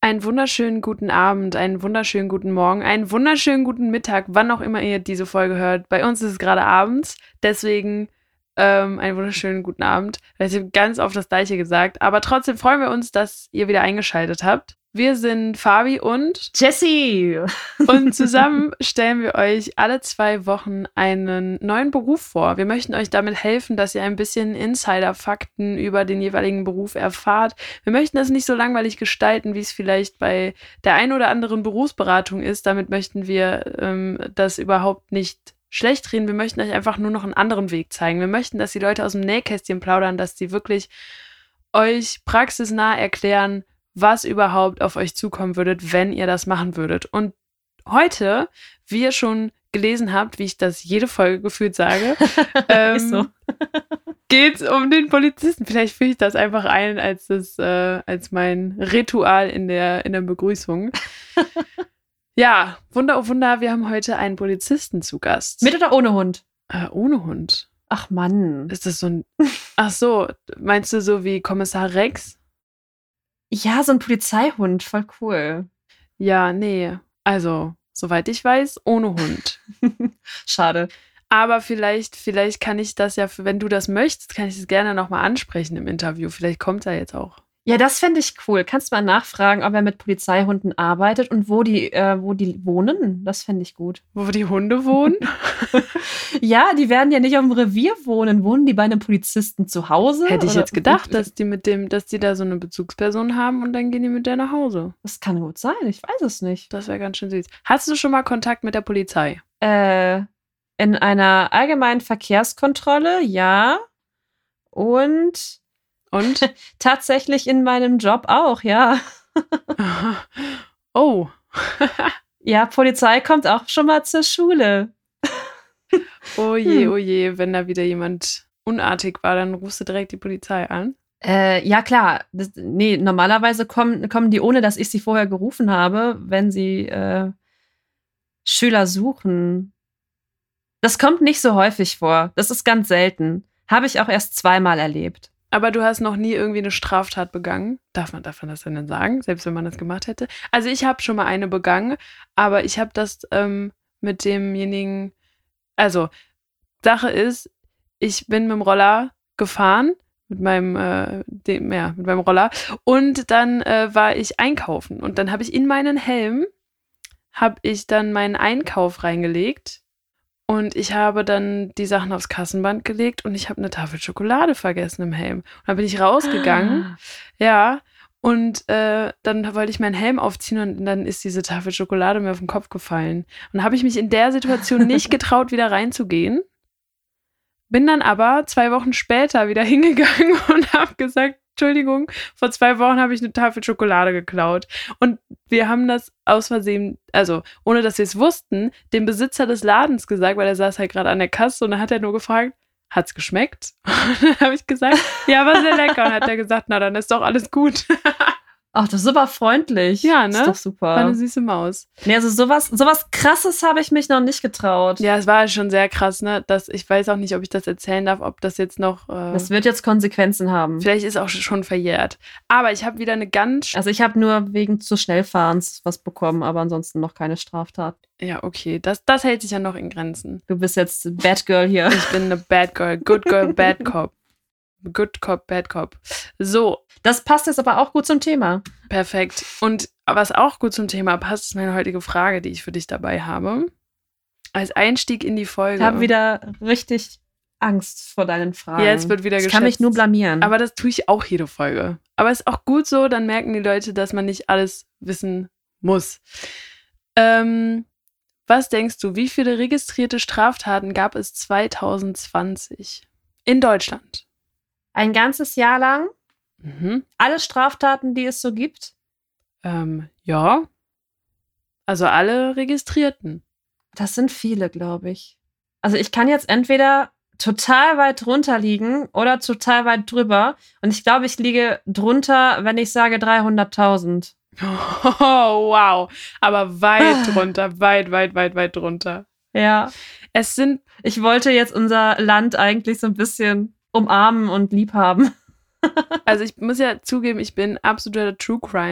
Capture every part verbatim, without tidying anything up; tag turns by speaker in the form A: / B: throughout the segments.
A: Einen wunderschönen guten Abend, einen wunderschönen guten Morgen, einen wunderschönen guten Mittag, wann auch immer ihr diese Folge hört. Bei uns ist es gerade abends, deswegen ähm, einen wunderschönen guten Abend. Ich habe ganz oft das Gleiche gesagt, aber trotzdem freuen wir uns, dass ihr wieder eingeschaltet habt. Wir sind Fabi und
B: Jessie.
A: Und zusammen stellen wir euch alle zwei Wochen einen neuen Beruf vor. Wir möchten euch damit helfen, dass ihr ein bisschen Insider-Fakten über den jeweiligen Beruf erfahrt. Wir möchten das nicht so langweilig gestalten, wie es vielleicht bei der ein oder anderen Berufsberatung ist. Damit möchten wir ähm, das überhaupt nicht schlecht reden. Wir möchten euch einfach nur noch einen anderen Weg zeigen. Wir möchten, dass die Leute aus dem Nähkästchen plaudern, dass sie wirklich euch praxisnah erklären, was überhaupt auf euch zukommen würdet, wenn ihr das machen würdet. Und heute, wie ihr schon gelesen habt, wie ich das jede Folge gefühlt sage, ähm,
B: so.
A: geht es um den Polizisten. Vielleicht führe ich das einfach ein als, das, äh, als mein Ritual in der, in der Begrüßung. Ja, Wunder, oh Wunder, wir haben heute einen Polizisten zu Gast.
B: Mit oder ohne Hund?
A: Äh, ohne Hund.
B: Ach Mann.
A: Ist das so ein... Ach so, meinst du so wie Kommissar Rex?
B: Ja, so ein Polizeihund, voll cool.
A: Ja, nee. Also, soweit ich weiß, ohne Hund.
B: Schade.
A: Aber vielleicht, vielleicht kann ich das ja, wenn du das möchtest, kann ich das gerne nochmal ansprechen im Interview. Vielleicht kommt er jetzt auch.
B: Ja, das fände ich cool. Kannst du mal nachfragen, ob er mit Polizeihunden arbeitet und wo die, äh, wo die wohnen? Das fände ich gut.
A: Wo die Hunde wohnen?
B: Ja, die werden ja nicht auf dem Revier wohnen. Wohnen die bei einem Polizisten zu Hause?
A: Hätte ich
B: oder?
A: jetzt gedacht, dass die mit dem, dass die da so eine Bezugsperson haben und dann gehen die mit der nach Hause.
B: Das kann gut sein, ich weiß es nicht.
A: Das wäre ganz schön süß. Hast du schon mal Kontakt mit der Polizei?
B: Äh, in einer allgemeinen Verkehrskontrolle, ja. Und
A: Und?
B: tatsächlich in meinem Job auch, ja.
A: Oh.
B: Ja, Polizei kommt auch schon mal zur Schule.
A: Oh je,
B: Hm.
A: oh je, wenn da wieder jemand unartig war, dann rufst du direkt die Polizei an.
B: Äh, ja, klar. Das, nee, normalerweise kommen, kommen die, ohne dass ich sie vorher gerufen habe, wenn sie äh, Schüler suchen. Das kommt nicht so häufig vor. Das ist ganz selten. Habe ich auch erst zweimal erlebt.
A: Aber du hast noch nie irgendwie eine Straftat begangen. Darf man, darf man das denn sagen, selbst wenn man das gemacht hätte? Also ich habe schon mal eine begangen, aber ich habe das ähm, mit demjenigen, also Sache ist, ich bin mit dem Roller gefahren, mit meinem, äh, dem, ja, mit meinem Roller und dann äh, war ich einkaufen und dann habe ich in meinen Helm, habe ich dann meinen Einkauf reingelegt. Und ich habe dann die Sachen aufs Kassenband gelegt und ich habe eine Tafel Schokolade vergessen im Helm. Und dann bin ich rausgegangen,
B: Ah.
A: ja, und äh, dann wollte ich meinen Helm aufziehen und dann ist diese Tafel Schokolade mir auf den Kopf gefallen. Und habe ich mich in der Situation nicht getraut, wieder reinzugehen. Bin dann aber zwei Wochen später wieder hingegangen und habe gesagt, Entschuldigung, vor zwei Wochen habe ich eine Tafel Schokolade geklaut. Und wir haben das aus Versehen, also ohne dass wir es wussten, dem Besitzer des Ladens gesagt, weil er saß halt gerade an der Kasse und dann hat er nur gefragt, hat's geschmeckt? Und dann habe ich gesagt, ja, war sehr lecker. Und hat er gesagt, na, dann ist doch alles gut.
B: Ach, das ist super freundlich.
A: Ja, ne?
B: Ist doch super.
A: War eine süße Maus.
B: Nee, also sowas, sowas Krasses habe ich mich noch nicht getraut.
A: Ja, es war schon sehr krass, ne? Dass, ich weiß auch nicht, ob ich das erzählen darf, ob das jetzt noch... Äh,
B: Das wird jetzt Konsequenzen haben.
A: vielleicht ist auch schon verjährt. Aber ich habe wieder eine ganz...
B: Also ich habe nur wegen zu Schnellfahrens was bekommen, aber ansonsten noch keine Straftat.
A: Ja, okay, das, das hält sich ja noch in Grenzen.
B: Du bist jetzt Bad Girl hier.
A: Ich bin eine Bad Girl. Good Girl, Bad Cop. Good Cop, Bad Cop. So,
B: Das passt jetzt aber auch gut zum Thema.
A: perfekt. Und was auch gut zum Thema passt, ist meine heutige Frage, die ich für dich dabei habe. Als Einstieg in die Folge.
B: Ich habe wieder richtig Angst vor deinen Fragen.
A: Jetzt wird wieder
B: ich
A: geschätzt.
B: kann mich nur blamieren.
A: Aber das tue ich auch jede Folge. Aber ist auch gut so, dann merken die Leute, dass man nicht alles wissen muss. Ähm, was denkst du, wie viele registrierte Straftaten gab es zwanzig zwanzig in Deutschland?
B: Ein ganzes Jahr lang
A: Mhm.
B: alle Straftaten, die es so gibt.
A: Ähm, ja. Also alle Registrierten.
B: Das sind viele, glaube ich. Also ich kann jetzt entweder total weit drunter liegen oder total weit drüber. Und ich glaube, ich liege drunter, wenn ich sage dreihunderttausend.
A: Oh, wow. Aber weit drunter, weit, weit, weit, weit drunter.
B: Ja.
A: Es sind,
B: Ich wollte jetzt unser Land eigentlich so ein bisschen umarmen und lieb haben.
A: also ich muss ja zugeben, ich bin absoluter True Crime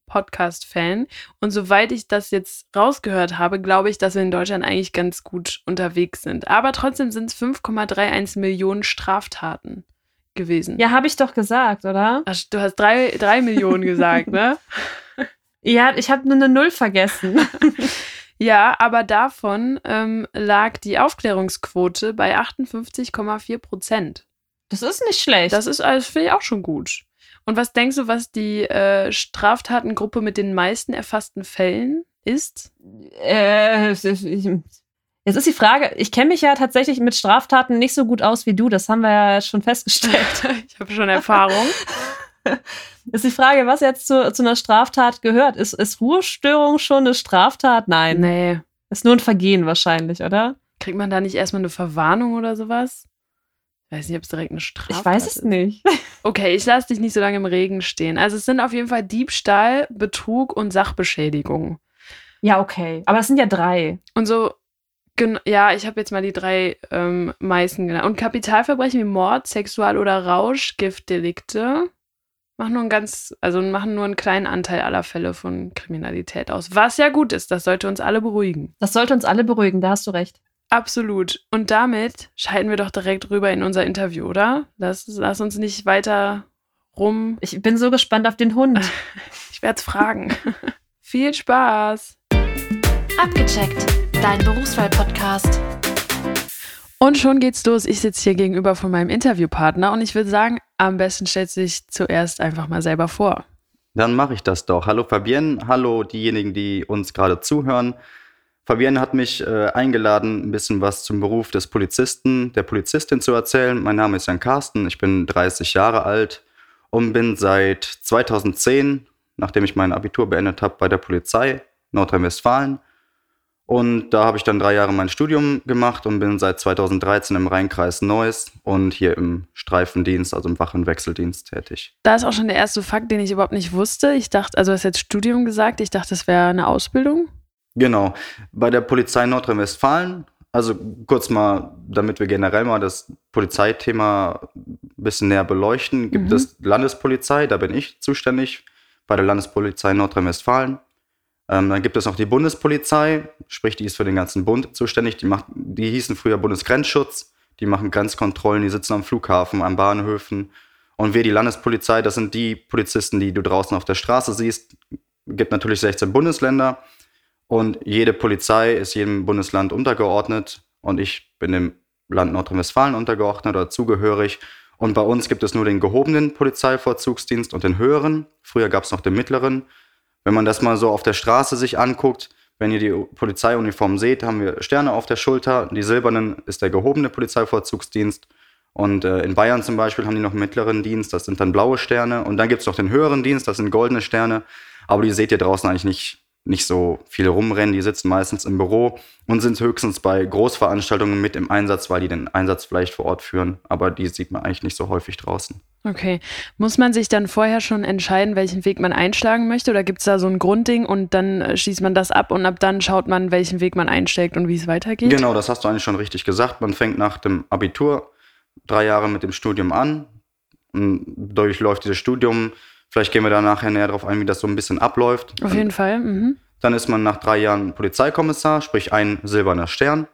A: Podcast-Fan. Und soweit ich das jetzt rausgehört habe, glaube ich, dass wir in Deutschland eigentlich ganz gut unterwegs sind. Aber trotzdem sind es fünf Komma einunddreißig Millionen Straftaten gewesen.
B: Ja, habe ich doch gesagt, oder?
A: Ach, du hast drei, drei Millionen gesagt, ne?
B: Ja, ich habe nur eine Null vergessen.
A: Ja, aber davon ähm, lag die Aufklärungsquote bei achtundfünfzig Komma vier Prozent.
B: Das ist nicht schlecht.
A: Das ist, also, finde ich, auch schon gut. Und was denkst du, was die äh, Straftatengruppe mit den meisten erfassten Fällen ist?
B: Äh, jetzt ist die Frage, ich kenne mich ja tatsächlich mit Straftaten nicht so gut aus wie du, das haben wir ja schon festgestellt.
A: Ich habe schon Erfahrung.
B: Ist die Frage, was jetzt zu, zu einer Straftat gehört. Ist, ist Ruhestörung schon eine Straftat? Nein.
A: Nee.
B: Ist nur ein Vergehen wahrscheinlich, oder?
A: Kriegt man da nicht erstmal eine Verwarnung oder sowas? Ich weiß nicht, ob es direkt eine Straftat ist.
B: Ich weiß es
A: ist.
B: nicht.
A: Okay, ich lasse dich nicht so lange im Regen stehen. Also es sind auf jeden Fall Diebstahl, Betrug und Sachbeschädigung.
B: Ja, okay. Aber es sind ja drei.
A: Und so, gen- ja, ich habe jetzt mal die drei ähm, meisten genannt. Und Kapitalverbrechen wie Mord, Sexual- oder Rauschgiftdelikte machen nur einen ganz, also machen nur einen kleinen Anteil aller Fälle von Kriminalität aus. Was ja gut ist, das sollte uns alle beruhigen.
B: Das sollte uns alle beruhigen, da hast du recht.
A: Absolut. Und damit schalten wir doch direkt rüber in unser Interview, oder? Lass, lass uns nicht weiter rum.
B: Ich bin so gespannt auf den Hund.
A: Ich werde es fragen. Viel Spaß.
C: Abgecheckt, dein Berufswahl-Podcast.
A: Und schon geht's los. Ich sitze hier gegenüber von meinem Interviewpartner und ich würde sagen, am besten stellt sich zuerst einfach mal selber vor.
D: Dann mache ich das doch. Hallo Fabienne, hallo diejenigen, die uns gerade zuhören. Fabienne hat mich äh, eingeladen, ein bisschen was zum Beruf des Polizisten, der Polizistin zu erzählen. Mein Name ist Jan Carsten, ich bin dreißig Jahre alt und bin seit zweitausendzehn, nachdem ich mein Abitur beendet habe, bei der Polizei Nordrhein-Westfalen. Und da habe ich dann drei Jahre mein Studium gemacht und bin seit zweitausenddreizehn im Rheinkreis Neuss und hier im Streifendienst, also im Wach- und Wechseldienst tätig.
A: Da ist auch schon der erste Fakt, den ich überhaupt nicht wusste. Ich dachte, also du hast jetzt Studium gesagt, ich dachte, das wäre eine Ausbildung.
D: Genau, bei der Polizei Nordrhein-Westfalen, also kurz mal, damit wir generell mal das Polizeithema ein bisschen näher beleuchten, gibt
A: Mhm.
D: es Landespolizei, da bin ich zuständig, bei der Landespolizei Nordrhein-Westfalen. Ähm, dann gibt es noch die Bundespolizei, sprich, die ist für den ganzen Bund zuständig, die, macht, die hießen früher Bundesgrenzschutz, die machen Grenzkontrollen, die sitzen am Flughafen, an Bahnhöfen. Und wir, die Landespolizei, das sind die Polizisten, die du draußen auf der Straße siehst. Gibt natürlich sechzehn Bundesländer. Und jede Polizei ist jedem Bundesland untergeordnet und ich bin dem Land Nordrhein-Westfalen untergeordnet oder zugehörig. Und bei uns gibt es nur den gehobenen Polizeivorzugsdienst und den höheren. Früher gab es noch den mittleren. Wenn man das mal so auf der Straße sich anguckt, wenn ihr die Polizeiuniform seht, haben wir Sterne auf der Schulter. Die silbernen ist der gehobene Polizeivorzugsdienst. Und äh, in Bayern zum Beispiel haben die noch einen mittleren Dienst, das sind dann blaue Sterne. Und dann gibt es noch den höheren Dienst, das sind goldene Sterne. Aber die seht ihr draußen eigentlich nicht. nicht so viele rumrennen, die sitzen meistens im Büro und sind höchstens bei Großveranstaltungen mit im Einsatz, weil die den Einsatz vielleicht vor Ort führen, aber die sieht man eigentlich nicht so häufig draußen.
A: Okay. Muss man sich dann vorher schon entscheiden, welchen Weg man einschlagen möchte oder gibt es da so ein Grundding und dann äh, schließt man das ab und ab dann schaut man, welchen Weg man einschlägt und wie es weitergeht?
D: Genau, das hast du eigentlich schon richtig gesagt. Man fängt nach dem Abitur drei Jahre mit dem Studium an und durchläuft dieses Studium. Vielleicht gehen wir da nachher näher drauf ein, wie das so ein bisschen abläuft.
A: Auf jeden Fall. Mhm.
D: Dann ist man nach drei Jahren Polizeikommissar, sprich ein silberner Stern.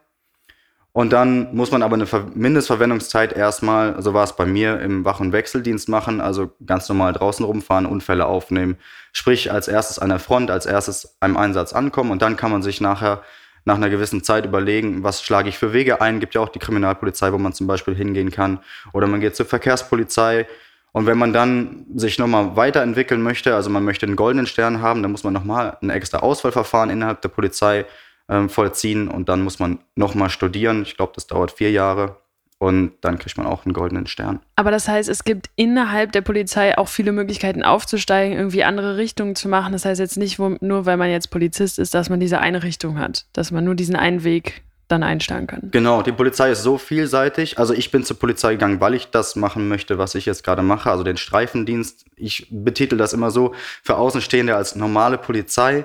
D: Und dann muss man aber eine Ver- Mindestverwendungszeit erstmal, so war es bei mir, im Wach- und Wechseldienst machen, also ganz normal draußen rumfahren, Unfälle aufnehmen. Sprich, als erstes an der Front, als erstes einem Einsatz ankommen und dann kann man sich nachher nach einer gewissen Zeit überlegen, was schlage ich für Wege ein. Gibt ja auch die Kriminalpolizei, wo man zum Beispiel hingehen kann. Oder man geht zur Verkehrspolizei. Und wenn man dann sich nochmal weiterentwickeln möchte, also man möchte einen goldenen Stern haben, dann muss man nochmal ein extra Auswahlverfahren innerhalb der Polizei ähm, vollziehen und dann muss man nochmal studieren. Ich glaube, das dauert vier Jahre und dann kriegt man auch einen goldenen Stern.
A: Aber das heißt, es gibt innerhalb der Polizei auch viele Möglichkeiten aufzusteigen, irgendwie andere Richtungen zu machen. Das heißt jetzt nicht, wo, nur weil man jetzt Polizist ist, dass man diese eine Richtung hat, dass man nur diesen einen Weg dann einschlagen kann.
D: Genau, die Polizei ist so vielseitig. Also ich bin zur Polizei gegangen, weil ich das machen möchte, was ich jetzt gerade mache, also den Streifendienst. Ich betitel das immer so für Außenstehende als normale Polizei.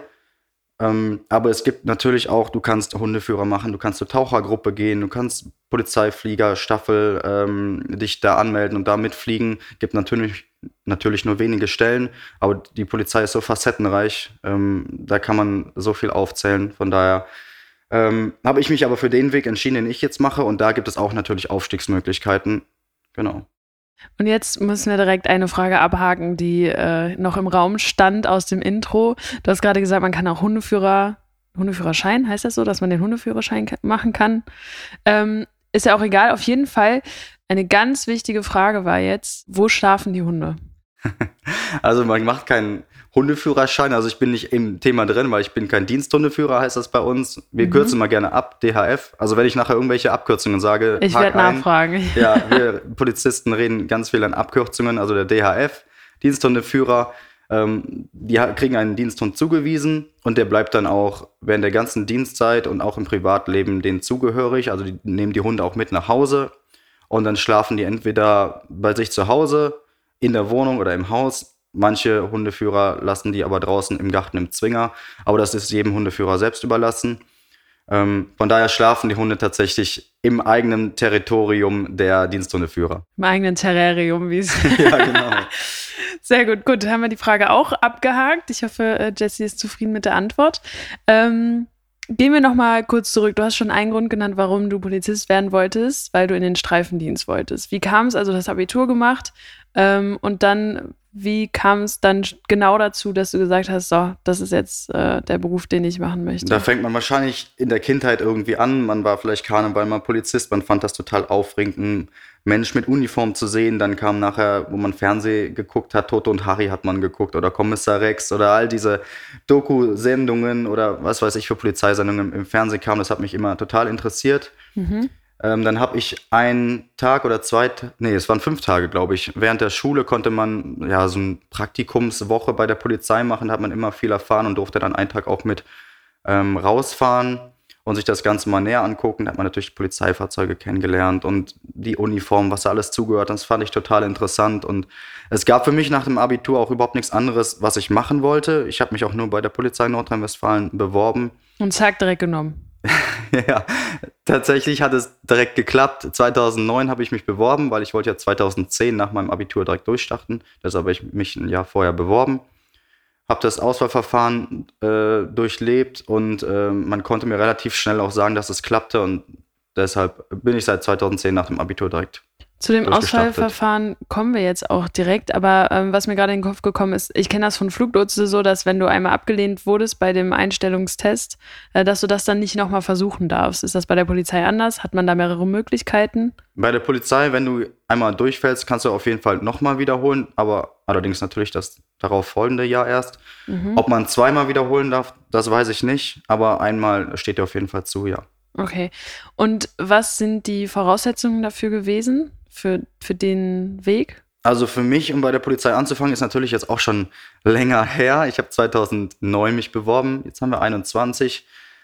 D: Ähm, aber es gibt natürlich auch, du kannst Hundeführer machen, du kannst zur Tauchergruppe gehen, du kannst Polizeiflieger, Staffel ähm, dich da anmelden und da mitfliegen. Gibt natürlich natürlich nur wenige Stellen, aber die Polizei ist so facettenreich, ähm, da kann man so viel aufzählen. Von daher ähm, habe ich mich aber für den Weg entschieden, den ich jetzt mache, und da gibt es auch natürlich Aufstiegsmöglichkeiten. Genau.
A: Und jetzt müssen wir direkt eine Frage abhaken, die äh, noch im Raum stand aus dem Intro. Du hast gerade gesagt, man kann auch Hundeführer, Hundeführerschein, heißt das so, dass man den Hundeführerschein k- machen kann? Ähm, ist ja auch egal, auf jeden Fall. Eine ganz wichtige Frage war jetzt, wo schlafen die Hunde?
D: Also man macht keinen Hundeführerschein, also ich bin nicht im Thema drin, weil ich bin kein Diensthundeführer, heißt das bei uns. Wir mhm. kürzen mal gerne ab, D H F. Also wenn ich nachher irgendwelche Abkürzungen sage,
A: ich werde nachfragen.
D: Ja, wir Polizisten reden ganz viel an Abkürzungen, also der D H F, Diensthundeführer, ähm, die kriegen einen Diensthund zugewiesen und der bleibt dann auch während der ganzen Dienstzeit und auch im Privatleben denen zugehörig. Also die nehmen die Hunde auch mit nach Hause und dann schlafen die entweder bei sich zu Hause, in der Wohnung oder im Haus. Manche Hundeführer lassen die aber draußen im Garten im Zwinger, aber das ist jedem Hundeführer selbst überlassen. Ähm, von daher schlafen die Hunde tatsächlich im eigenen Territorium der Diensthundeführer.
A: Im eigenen Terrarium, wie es.
D: Ja, genau.
A: Sehr gut, gut, haben wir die Frage auch abgehakt. Ich hoffe, Jessie ist zufrieden mit der Antwort. Ähm, gehen wir nochmal kurz zurück. Du hast schon einen Grund genannt, warum du Polizist werden wolltest, weil du in den Streifendienst wolltest. Wie kam es, also du hast Abitur gemacht ähm, und dann, wie kam es dann genau dazu, dass du gesagt hast, so, das ist jetzt äh, der Beruf, den ich machen möchte?
D: Da fängt man wahrscheinlich in der Kindheit irgendwie an. Man war vielleicht Karneval mal Polizist, man fand das total aufregend, einen Mensch mit Uniform zu sehen. Dann kam nachher, wo man Fernsehen geguckt hat, Toto und Harry hat man geguckt oder Kommissar Rex oder all diese Doku-Sendungen oder was weiß ich für Polizeisendungen im Fernsehen kamen. Das hat mich immer total interessiert. Mhm. Ähm, dann habe ich einen Tag oder zwei, nee, es waren fünf Tage, glaube ich. Während der Schule konnte man ja so eine Praktikumswoche bei der Polizei machen, da hat man immer viel erfahren und durfte dann einen Tag auch mit ähm, rausfahren und sich das Ganze mal näher angucken. Da hat man natürlich Polizeifahrzeuge kennengelernt und die Uniform, was da alles zugehört. Das fand ich total interessant und es gab für mich nach dem Abitur auch überhaupt nichts anderes, was ich machen wollte. Ich habe mich auch nur bei der Polizei Nordrhein-Westfalen beworben.
A: Und zack, direkt genommen.
D: Ja, tatsächlich hat es direkt geklappt. zweitausendneun habe ich mich beworben, weil ich wollte ja zweitausendzehn nach meinem Abitur direkt durchstarten. Deshalb habe ich mich ein Jahr vorher beworben. Habe das Auswahlverfahren äh, durchlebt und äh, man konnte mir relativ schnell auch sagen, dass es klappte. Und deshalb bin ich seit zweitausendzehn nach dem Abitur direkt
A: Zu dem Auswahlverfahren kommen wir jetzt auch direkt, aber ähm, was mir gerade in den Kopf gekommen ist, ich kenne das von Fluglotse so, dass wenn du einmal abgelehnt wurdest bei dem Einstellungstest, äh, dass du das dann nicht nochmal versuchen darfst. Ist das bei der Polizei anders? Hat man da mehrere Möglichkeiten?
D: Bei der Polizei, wenn du einmal durchfällst, kannst du auf jeden Fall nochmal wiederholen, aber allerdings natürlich das darauf folgende Jahr erst. Mhm. Ob man zweimal wiederholen darf, das weiß ich nicht, aber einmal steht dir auf jeden Fall zu, ja.
A: Okay. Und was sind die Voraussetzungen dafür gewesen? Für, für den Weg?
D: Also für mich, um bei der Polizei anzufangen, ist natürlich jetzt auch schon länger her. Ich habe zweitausendneun mich beworben, jetzt haben wir einundzwanzig.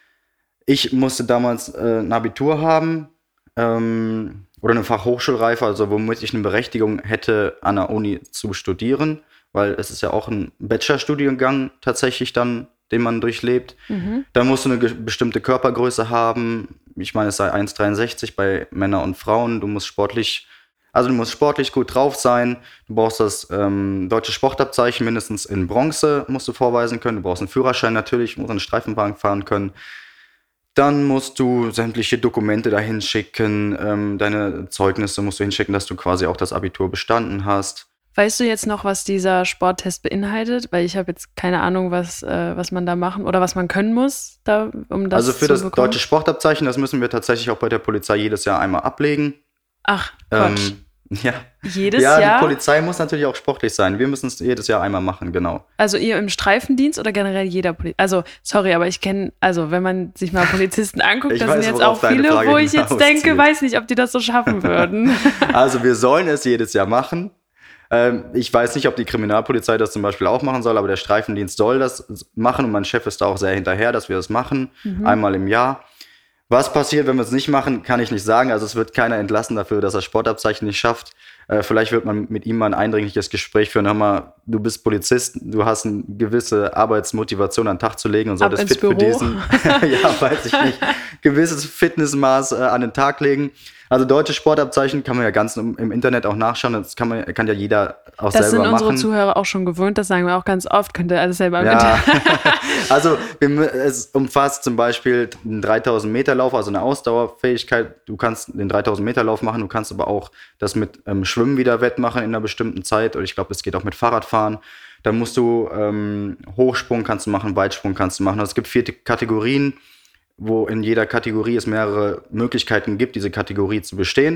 D: Ich musste damals äh, ein Abitur haben ähm, oder eine Fachhochschulreife, also womit ich eine Berechtigung hätte, an der Uni zu studieren, weil es ist ja auch ein Bachelorstudiengang tatsächlich dann, den man durchlebt. Mhm. Dann musst du eine ge- bestimmte Körpergröße haben. Ich meine, es sei eins Komma dreiundsechzig bei Männern und Frauen. Du musst sportlich Also du musst sportlich gut drauf sein, du brauchst das ähm, deutsche Sportabzeichen mindestens in Bronze musst du vorweisen können, du brauchst einen Führerschein natürlich, musst einen Streifenwagen fahren können. Dann musst du sämtliche Dokumente dahin schicken, ähm, deine Zeugnisse musst du hinschicken, dass du quasi auch das Abitur bestanden hast.
A: Weißt du jetzt noch, was dieser Sporttest beinhaltet? Weil ich habe jetzt keine Ahnung, was, äh, was man da machen oder was man können muss, da, um das
D: also für
A: zu
D: das
A: bekommen?
D: deutsche Sportabzeichen, das müssen wir tatsächlich auch bei der Polizei jedes Jahr einmal ablegen.
A: Ach Gott.
D: Ähm, ja.
A: Jedes
D: ja,
A: Jahr?
D: Die Polizei muss natürlich auch sportlich sein. Wir müssen es jedes Jahr einmal machen, genau.
A: Also ihr im Streifendienst oder generell jeder Polizist? Also, sorry, aber ich kenne, also wenn man sich mal Polizisten anguckt, da sind jetzt auch viele, wo ich jetzt denke, zieht. weiß nicht, ob die das so schaffen würden.
D: Also wir sollen es jedes Jahr machen. Ähm, ich weiß nicht, ob die Kriminalpolizei das zum Beispiel auch machen soll, aber der Streifendienst soll das machen und mein Chef ist da auch sehr hinterher, dass wir das machen, mhm. einmal im Jahr. Was passiert, wenn wir es nicht machen, kann ich nicht sagen. Also es wird keiner entlassen dafür, dass er Sportabzeichen nicht schafft. Äh, vielleicht wird man mit ihm mal ein eindringliches Gespräch führen. Hör mal, du bist Polizist, du hast eine gewisse Arbeitsmotivation an den Tag zu legen und solltest fit
A: Büro.
D: für diesen, ja, weiß ich nicht, gewisses Fitnessmaß äh, an den Tag legen. Also deutsche Sportabzeichen kann man ja ganz im, im Internet auch nachschauen. Das kann, man, kann ja jeder auch
A: das
D: selber machen.
A: Das sind unsere Zuhörer auch schon gewöhnt. Das sagen wir auch ganz oft. Könnt ihr alles selber im
D: ja.
A: Internet.
D: Also es umfasst zum Beispiel einen dreitausend Meter Lauf, also eine Ausdauerfähigkeit. Du kannst den dreitausend Meter Lauf machen. Du kannst aber auch das mit ähm, Schwimmen wieder wettmachen in einer bestimmten Zeit. Und ich glaube, das geht auch mit Fahrradfahren. Dann musst du ähm, Hochsprung kannst du machen, Weitsprung kannst du machen. Also es gibt vier Kategorien, wo in jeder Kategorie es mehrere Möglichkeiten gibt, diese Kategorie zu bestehen.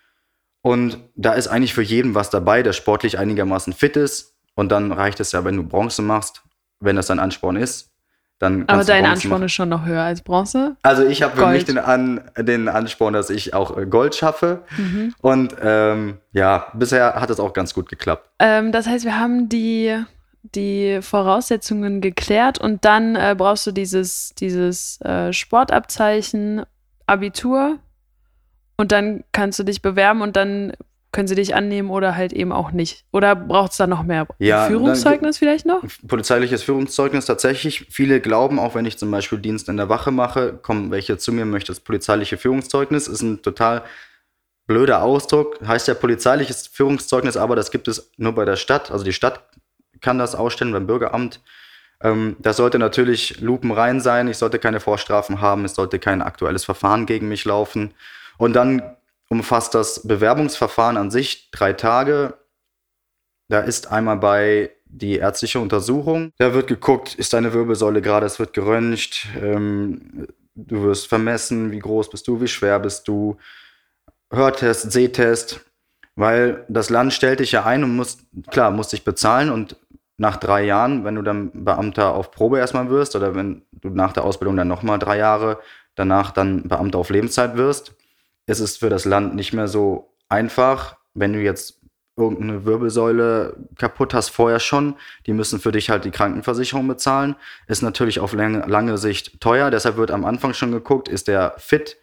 D: Und da ist eigentlich für jeden was dabei, der sportlich einigermaßen fit ist. Und dann reicht es ja, wenn du Bronze machst, wenn das dein Ansporn ist. Dann
A: Aber dein
D: Bronze
A: Ansporn
D: machen.
A: Ist schon noch höher als Bronze?
D: Also ich habe für mich den, An, den Ansporn, dass ich auch Gold schaffe. Mhm. Und ähm, ja, bisher hat es auch ganz gut geklappt.
A: Ähm, das heißt, wir haben die... die Voraussetzungen geklärt und dann äh, brauchst du dieses, dieses äh, Sportabzeichen, Abitur und dann kannst du dich bewerben und dann können sie dich annehmen oder halt eben auch nicht. Oder braucht es da noch mehr?
D: Ja,
A: Führungszeugnis vielleicht noch?
D: Polizeiliches Führungszeugnis tatsächlich. Viele glauben, auch wenn ich zum Beispiel Dienst in der Wache mache, kommen welche zu mir, möchte das polizeiliche Führungszeugnis. Ist ein total blöder Ausdruck. Heißt ja polizeiliches Führungszeugnis, aber das gibt es nur bei der Stadt. Also die Stadt kann das ausstellen beim Bürgeramt. Ähm, das sollte natürlich lupenrein sein. Ich sollte keine Vorstrafen haben. Es sollte kein aktuelles Verfahren gegen mich laufen. Und dann umfasst das Bewerbungsverfahren an sich drei Tage. Da ist einmal bei die ärztliche Untersuchung. Da wird geguckt, ist deine Wirbelsäule gerade, es wird geröntgt. Ähm, du wirst vermessen, wie groß bist du, wie schwer bist du. Hörtest, Sehtest. Weil das Land stellt dich ja ein und muss, klar, muss dich bezahlen und nach drei Jahren, wenn du dann Beamter auf Probe erstmal wirst oder wenn du nach der Ausbildung dann nochmal drei Jahre danach dann Beamter auf Lebenszeit wirst, ist es für das Land nicht mehr so einfach, wenn du jetzt irgendeine Wirbelsäule kaputt hast vorher schon, die müssen für dich halt die Krankenversicherung bezahlen, ist natürlich auf lange, lange Sicht teuer, deshalb wird am Anfang schon geguckt, ist der fit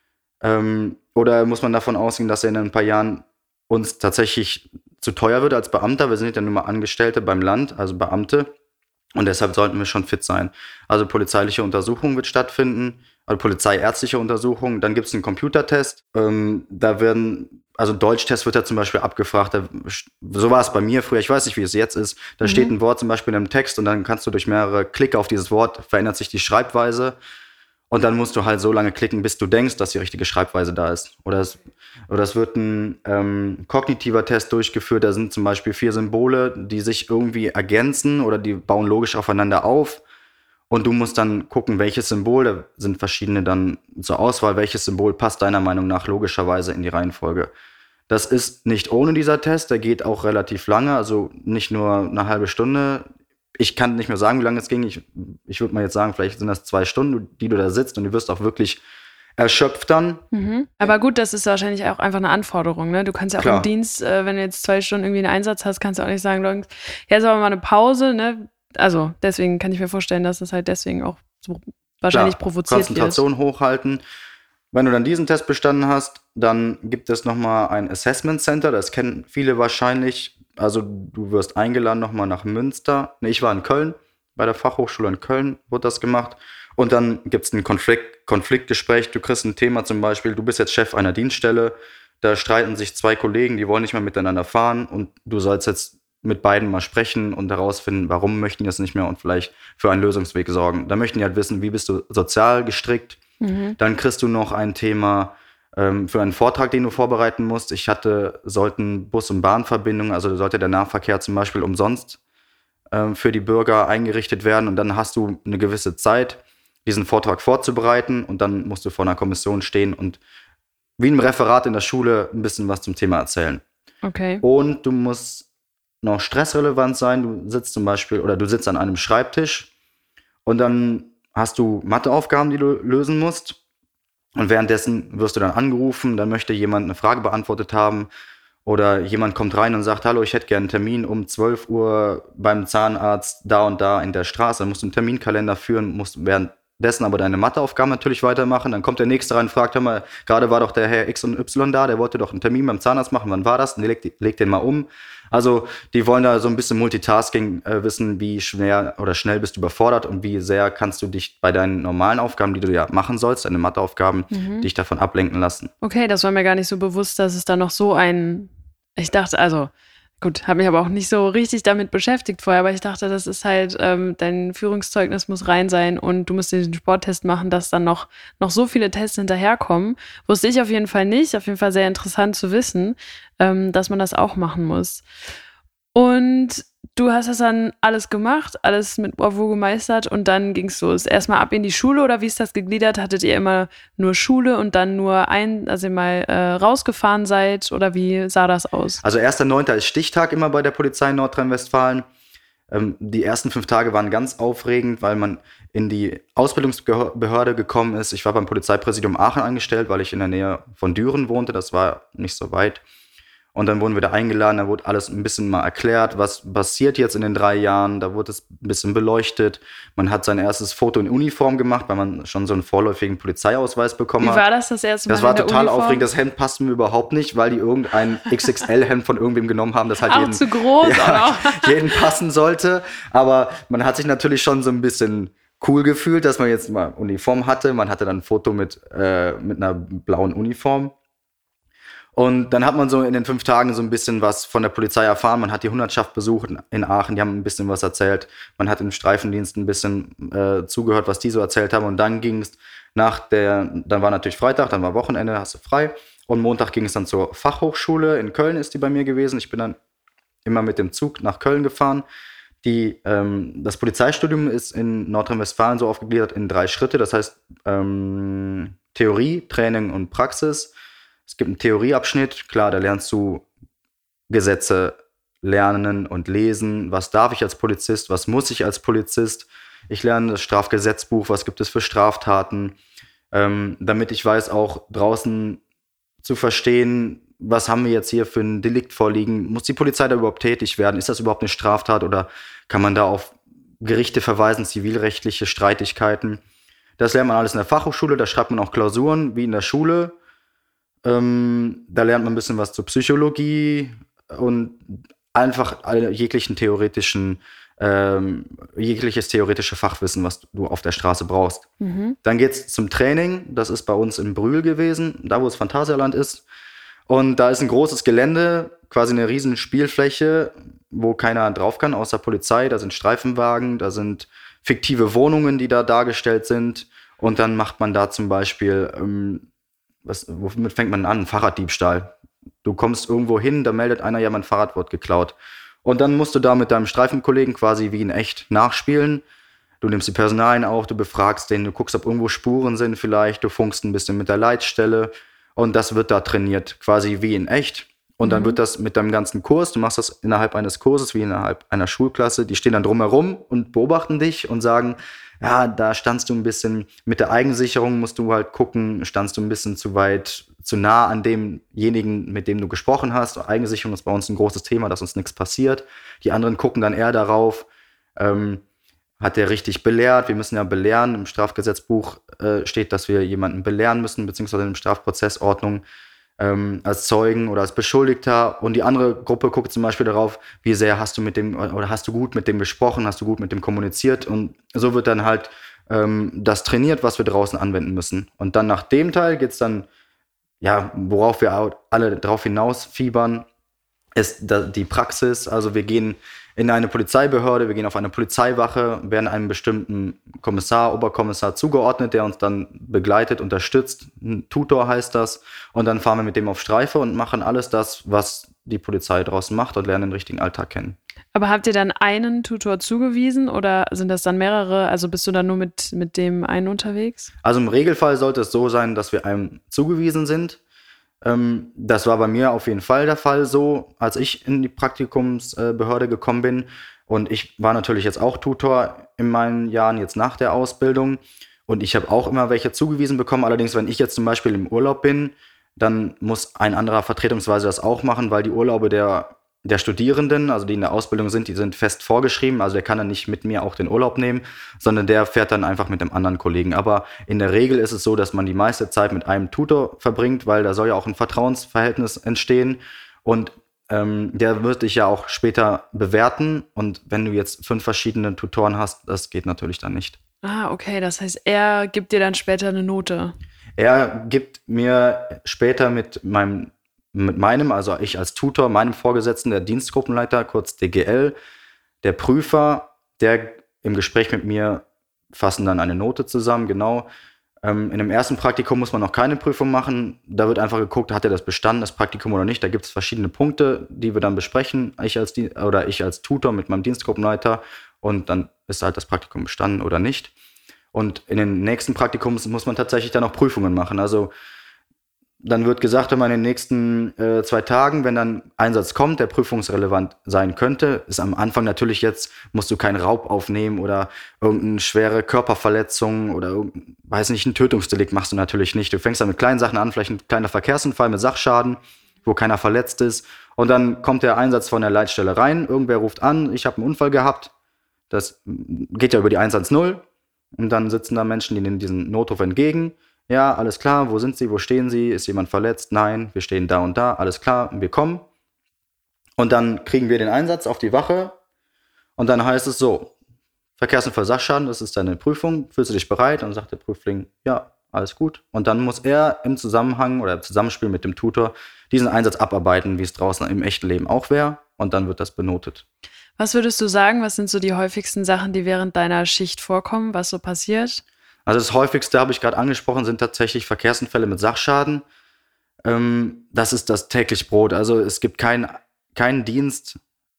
D: ähm, oder muss man davon ausgehen, dass er in ein paar Jahren uns tatsächlich zu teuer wird als Beamter. Wir sind ja nun mal Angestellte beim Land, also Beamte. Und deshalb sollten wir schon fit sein. Also polizeiliche Untersuchung wird stattfinden, also polizeiärztliche Untersuchung. Dann gibt es einen Computertest. Ähm, da werden, also Deutschtest wird ja zum Beispiel abgefragt. Da, so war es bei mir früher. Ich weiß nicht, wie es jetzt ist. Da mhm. steht ein Wort zum Beispiel in einem Text und dann kannst du durch mehrere Klicke auf dieses Wort, verändert sich die Schreibweise. Und dann musst du halt so lange klicken, bis du denkst, dass die richtige Schreibweise da ist. Oder es, oder es wird ein ähm, kognitiver Test durchgeführt. Da sind zum Beispiel vier Symbole, die sich irgendwie ergänzen oder die bauen logisch aufeinander auf. Und du musst dann gucken, welches Symbol, da sind verschiedene dann zur Auswahl, welches Symbol passt deiner Meinung nach logischerweise in die Reihenfolge. Das ist nicht ohne dieser Test, der geht auch relativ lange, also nicht nur eine halbe Stunde. Ich kann nicht mehr sagen, wie lange es ging. Ich, ich würde mal jetzt sagen, vielleicht sind das zwei Stunden, die du da sitzt und du wirst auch wirklich erschöpft dann.
A: Mhm. Aber gut, das ist wahrscheinlich auch einfach eine Anforderung. Ne? Du kannst ja auch Klar. im Dienst, äh, wenn du jetzt zwei Stunden irgendwie einen Einsatz hast, kannst du auch nicht sagen, Leute, jetzt aber mal eine Pause. Ne? Also deswegen kann ich mir vorstellen, dass das halt deswegen auch so wahrscheinlich
D: Klar,
A: provoziert wird.
D: Konzentration hochhalten. Wenn du dann diesen Test bestanden hast, dann gibt es nochmal ein Assessment Center. Das kennen viele wahrscheinlich. Also du wirst eingeladen nochmal nach Münster. Ne, ich war in Köln, bei der Fachhochschule in Köln wurde das gemacht. Und dann gibt es ein Konflikt, Konfliktgespräch. Du kriegst ein Thema zum Beispiel, du bist jetzt Chef einer Dienststelle. Da streiten sich zwei Kollegen, die wollen nicht mehr miteinander fahren. Und du sollst jetzt mit beiden mal sprechen und herausfinden, warum möchten die das nicht mehr und vielleicht für einen Lösungsweg sorgen. Da möchten die halt wissen, wie bist du sozial gestrickt. Mhm. Dann kriegst du noch ein Thema ähm, für einen Vortrag, den du vorbereiten musst. Ich hatte, sollten Bus- und Bahnverbindungen, also sollte der Nahverkehr zum Beispiel umsonst ähm, für die Bürger eingerichtet werden. Und dann hast du eine gewisse Zeit, diesen Vortrag vorzubereiten. Und dann musst du vor einer Kommission stehen und wie ein Referat in der Schule ein bisschen was zum Thema erzählen.
A: Okay.
D: Und du musst noch stressrelevant sein. Du sitzt zum Beispiel oder du sitzt an einem Schreibtisch und dann hast du Matheaufgaben, die du lösen musst. Und währenddessen wirst du dann angerufen, dann möchte jemand eine Frage beantwortet haben oder jemand kommt rein und sagt, hallo, ich hätte gerne einen Termin um zwölf Uhr beim Zahnarzt da und da in der Straße. Dann musst du einen Terminkalender führen, musst währenddessen aber deine Matheaufgaben natürlich weitermachen. Dann kommt der Nächste rein und fragt, hör mal, gerade war doch der Herr X und Y da, der wollte doch einen Termin beim Zahnarzt machen, wann war das? Und leg, leg den mal um. Also die wollen da so ein bisschen Multitasking äh, wissen, wie schwer oder schnell bist du überfordert und wie sehr kannst du dich bei deinen normalen Aufgaben, die du ja machen sollst, deine Matheaufgaben, mhm. dich davon ablenken lassen.
A: Okay, das war mir gar nicht so bewusst, dass es da noch so ein, ich dachte, also gut, habe mich aber auch nicht so richtig damit beschäftigt vorher, aber ich dachte, das ist halt, ähm, dein Führungszeugnis muss rein sein und du musst den Sporttest machen, dass dann noch, noch so viele Tests hinterherkommen. Wusste ich auf jeden Fall nicht. Auf jeden Fall sehr interessant zu wissen, ähm, dass man das auch machen muss. Und du hast das dann alles gemacht, alles mit Bravo gemeistert und dann ging es los. Erstmal ab in die Schule oder wie ist das gegliedert? Hattet ihr immer nur Schule und dann nur ein, also ihr mal äh, rausgefahren seid oder wie sah das aus?
D: Also erster neunter ist Stichtag immer bei der Polizei in Nordrhein-Westfalen. Ähm, die ersten fünf Tage waren ganz aufregend, weil man in die Ausbildungsbehörde gekommen ist. Ich war beim Polizeipräsidium Aachen angestellt, weil ich in der Nähe von Düren wohnte. Das war nicht so weit. Und dann wurden wir da eingeladen, da wurde alles ein bisschen mal erklärt, was passiert jetzt in den drei Jahren. Da wurde es ein bisschen beleuchtet. Man hat sein erstes Foto in Uniform gemacht, weil man schon so einen vorläufigen Polizeiausweis bekommen hat.
A: Wie war das das erste Mal?
D: Das war
A: in der
D: total
A: Uniform?
D: aufregend. Das Hemd passte mir überhaupt nicht, weil die irgendein X X L-Hemd von irgendwem genommen haben, das halt
A: auch
D: jeden,
A: zu groß,
D: ja, jeden passen sollte. Aber man hat sich natürlich schon so ein bisschen cool gefühlt, dass man jetzt mal Uniform hatte. Man hatte dann ein Foto mit, äh, mit einer blauen Uniform. Und dann hat man so in den fünf Tagen so ein bisschen was von der Polizei erfahren. Man hat die Hundertschaft besucht in Aachen, die haben ein bisschen was erzählt. Man hat im Streifendienst ein bisschen äh, zugehört, was die so erzählt haben. Und dann ging es nach der, dann war natürlich Freitag, dann war Wochenende, hast du frei. Und Montag ging es dann zur Fachhochschule. In Köln ist die bei mir gewesen. Ich bin dann immer mit dem Zug nach Köln gefahren. Die, ähm, das Polizeistudium ist in Nordrhein-Westfalen so aufgegliedert in drei Schritte. Das heißt ähm, Theorie, Training und Praxis. Es gibt einen Theorieabschnitt, klar, da lernst du Gesetze lernen und lesen. Was darf ich als Polizist? Was muss ich als Polizist? Ich lerne das Strafgesetzbuch, was gibt es für Straftaten, ähm, damit ich weiß, auch draußen zu verstehen, was haben wir jetzt hier für ein Delikt vorliegen? Muss die Polizei da überhaupt tätig werden? Ist das überhaupt eine Straftat oder kann man da auf Gerichte verweisen, zivilrechtliche Streitigkeiten? Das lernt man alles in der Fachhochschule, da schreibt man auch Klausuren wie in der Schule. Ähm, da lernt man ein bisschen was zur Psychologie und einfach alle jeglichen theoretischen, ähm, jegliches theoretische Fachwissen, was du auf der Straße brauchst. Mhm. Dann geht's zum Training. Das ist bei uns in Brühl gewesen, da wo es Phantasialand ist. Und da ist ein großes Gelände, quasi eine riesen Spielfläche, wo keiner drauf kann, außer Polizei. Da sind Streifenwagen, da sind fiktive Wohnungen, die da dargestellt sind. Und dann macht man da zum Beispiel ähm, Was, womit fängt man an? Fahrraddiebstahl. Du kommst irgendwo hin, da meldet einer, ja, mein Fahrrad wird geklaut. Und dann musst du da mit deinem Streifenkollegen quasi wie in echt nachspielen. Du nimmst die Personalien auf, du befragst den, du guckst, ob irgendwo Spuren sind vielleicht, du funkst ein bisschen mit der Leitstelle und das wird da trainiert, quasi wie in echt. Und dann mhm. wird das mit deinem ganzen Kurs, du machst das innerhalb eines Kurses, wie innerhalb einer Schulklasse, die stehen dann drumherum und beobachten dich und sagen, ja, da standst du ein bisschen, mit der Eigensicherung musst du halt gucken, standst du ein bisschen zu weit, zu nah an demjenigen, mit dem du gesprochen hast. Eigensicherung ist bei uns ein großes Thema, dass uns nichts passiert. Die anderen gucken dann eher darauf, ähm, hat der richtig belehrt? Wir müssen ja belehren. Im Strafgesetzbuch äh, steht, dass wir jemanden belehren müssen, beziehungsweise in der Strafprozessordnung ähm, als Zeugen oder als Beschuldigter. Und die andere Gruppe guckt zum Beispiel darauf, wie sehr hast du mit dem oder hast du gut mit dem gesprochen, hast du gut mit dem kommuniziert. Und so wird dann halt ähm, das trainiert, was wir draußen anwenden müssen. Und dann nach dem Teil geht's dann, ja, worauf wir alle drauf hinausfiebern, ist die Praxis. Also wir gehen in eine Polizeibehörde, wir gehen auf eine Polizeiwache, werden einem bestimmten Kommissar, Oberkommissar zugeordnet, der uns dann begleitet, unterstützt. Ein Tutor heißt das. Und dann fahren wir mit dem auf Streife und machen alles das, was die Polizei draußen macht und lernen den richtigen Alltag kennen.
A: Aber habt ihr dann einen Tutor zugewiesen oder sind das dann mehrere? Also bist du dann nur mit, mit dem einen unterwegs?
D: Also im Regelfall sollte es so sein, dass wir einem zugewiesen sind. Das war bei mir auf jeden Fall der Fall so, als ich in die Praktikumsbehörde gekommen bin. Und ich war natürlich jetzt auch Tutor in meinen Jahren jetzt nach der Ausbildung. Und ich habe auch immer welche zugewiesen bekommen. Allerdings, wenn ich jetzt zum Beispiel im Urlaub bin, dann muss ein anderer vertretungsweise das auch machen, weil die Urlaube der, der Studierenden, also die in der Ausbildung sind, die sind fest vorgeschrieben. Also der kann dann nicht mit mir auch den Urlaub nehmen, sondern der fährt dann einfach mit dem anderen Kollegen. Aber in der Regel ist es so, dass man die meiste Zeit mit einem Tutor verbringt, weil da soll ja auch ein Vertrauensverhältnis entstehen. Und ähm, der wird dich ja auch später bewerten. Und wenn du jetzt fünf verschiedene Tutoren hast, das geht natürlich dann nicht.
A: Ah, okay, das heißt, er gibt dir dann später eine Note.
D: Er gibt mir später mit meinem, mit meinem, also ich als Tutor, meinem Vorgesetzten, der Dienstgruppenleiter, kurz D G L, der Prüfer, der im Gespräch mit mir fassen dann eine Note zusammen, genau. Ähm, in dem ersten Praktikum muss man noch keine Prüfung machen. Da wird einfach geguckt, hat er das bestanden, das Praktikum oder nicht. Da gibt es verschiedene Punkte, die wir dann besprechen, ich als, Di- oder ich als Tutor mit meinem Dienstgruppenleiter. Und dann ist halt das Praktikum bestanden oder nicht. Und in den nächsten Praktikums muss man tatsächlich dann auch Prüfungen machen. Also dann wird gesagt, wenn man in den nächsten äh, zwei Tagen, wenn dann Einsatz kommt, der prüfungsrelevant sein könnte, ist am Anfang natürlich jetzt, musst du keinen Raub aufnehmen oder irgendeine schwere Körperverletzung oder irgendein, weiß nicht, ein Tötungsdelikt machst du natürlich nicht. Du fängst dann mit kleinen Sachen an, vielleicht ein kleiner Verkehrsunfall mit Sachschaden, wo keiner verletzt ist. Und dann kommt der Einsatz von der Leitstelle rein, irgendwer ruft an, ich habe einen Unfall gehabt. Das geht ja über die eins eins null. Und dann sitzen da Menschen, die nehmen diesen Notruf entgegen. Ja, alles klar, wo sind Sie, wo stehen Sie, ist jemand verletzt? Nein, wir stehen da und da, alles klar, wir kommen. Und dann kriegen wir den Einsatz auf die Wache und dann heißt es so, Verkehrsunfall Sachschaden, das ist deine Prüfung, fühlst du dich bereit? Und dann sagt der Prüfling, ja, alles gut. Und dann muss er im Zusammenhang oder im Zusammenspiel mit dem Tutor diesen Einsatz abarbeiten, wie es draußen im echten Leben auch wäre und dann wird das benotet.
A: Was würdest du sagen, was sind so die häufigsten Sachen, die während deiner Schicht vorkommen, was so passiert?
D: Also das häufigste, habe ich gerade angesprochen, sind tatsächlich Verkehrsunfälle mit Sachschaden. Ähm, das ist das tägliche Brot. Also es gibt keinen keinen Dienst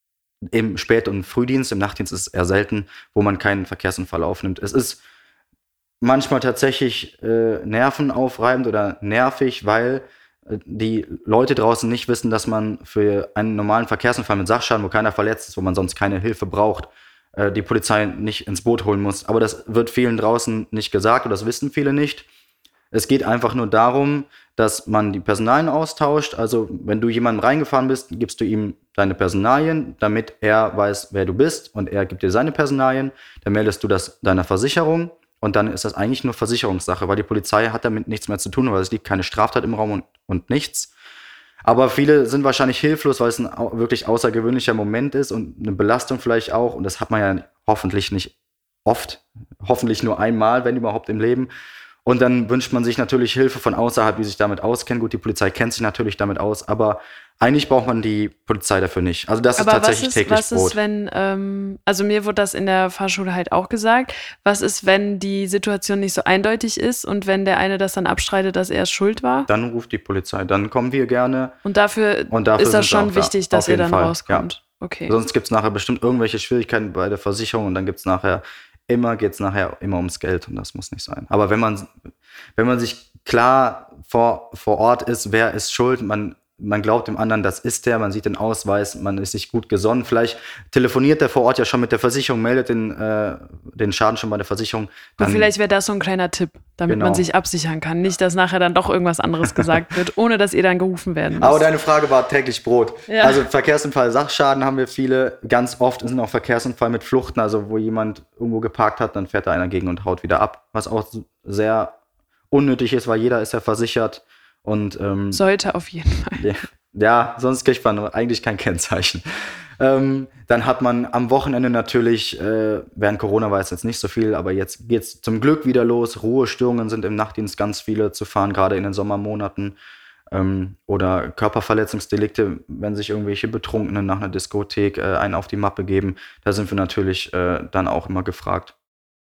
D: im Spät- und Frühdienst, im Nachtdienst ist es eher selten, wo man keinen Verkehrsunfall aufnimmt. Es ist manchmal tatsächlich äh, nervenaufreibend oder nervig, weil äh, die Leute draußen nicht wissen, dass man für einen normalen Verkehrsunfall mit Sachschaden, wo keiner verletzt ist, wo man sonst keine Hilfe braucht, die Polizei nicht ins Boot holen muss. Aber das wird vielen draußen nicht gesagt und das wissen viele nicht. Es geht einfach nur darum, dass man die Personalien austauscht. Also wenn du jemandem reingefahren bist, gibst du ihm deine Personalien, damit er weiß, wer du bist und er gibt dir seine Personalien. Dann meldest du das deiner Versicherung und dann ist das eigentlich nur Versicherungssache, weil die Polizei hat damit nichts mehr zu tun, weil es liegt keine Straftat im Raum und, und nichts. Aber viele sind wahrscheinlich hilflos, weil es ein au- wirklich außergewöhnlicher Moment ist und eine Belastung vielleicht auch. Und das hat man ja hoffentlich nicht oft, hoffentlich nur einmal, wenn überhaupt im Leben. Und dann wünscht man sich natürlich Hilfe von außerhalb, die sich damit auskennen. Gut, die Polizei kennt sich natürlich damit aus, aber eigentlich braucht man die Polizei dafür nicht. Also das
A: Aber
D: ist tatsächlich
A: was ist,
D: täglich
A: was
D: Brot.
A: ist, wenn, ähm, also mir wurde das in der Fahrschule halt auch gesagt, was ist, wenn die Situation nicht so eindeutig ist und wenn der eine das dann abstreitet, dass er schuld war?
D: Dann ruft die Polizei, dann kommen wir gerne.
A: Und dafür,
D: Und dafür
A: ist das
D: sind wir
A: schon
D: auch da.
A: wichtig, dass
D: Auf
A: ihr
D: jeden
A: dann
D: Fall,
A: rauskommt. Okay.
D: Sonst gibt es nachher bestimmt irgendwelche Schwierigkeiten bei der Versicherung und dann gibt es nachher, immer geht es nachher immer ums Geld und das muss nicht sein. Aber wenn man, wenn man sich klar vor, vor Ort ist, wer ist schuld, man, man glaubt dem anderen, das ist der, man sieht den Ausweis, man ist sich gut gesonnen. Vielleicht telefoniert der vor Ort ja schon mit der Versicherung, meldet den, äh, den Schaden schon bei der Versicherung.
A: Und vielleicht wäre das so ein kleiner Tipp, damit
D: Genau.
A: man sich absichern kann. Nicht, dass nachher dann doch irgendwas anderes gesagt wird, ohne dass ihr dann gerufen werden müsst.
D: Aber deine Frage war täglich Brot.
A: Ja.
D: Also Verkehrsunfall, Sachschaden haben wir viele. Ganz oft sind auch Verkehrsunfall mit Fluchten, also wo jemand irgendwo geparkt hat, dann fährt da einer gegen und haut wieder ab. Was auch sehr unnötig ist, weil jeder ist ja versichert. Und ähm,
A: Sollte auf jeden Fall.
D: ja, ja, sonst kriegt man eigentlich kein Kennzeichen. Ähm, dann hat man am Wochenende natürlich, äh, während Corona war es jetzt nicht so viel, aber jetzt geht es zum Glück wieder los. Ruhestörungen sind im Nachtdienst ganz viele zu fahren, gerade in den Sommermonaten. Ähm, oder Körperverletzungsdelikte, wenn sich irgendwelche Betrunkenen nach einer Diskothek äh, einen auf die Mappe geben. Da sind wir natürlich äh, dann auch immer gefragt.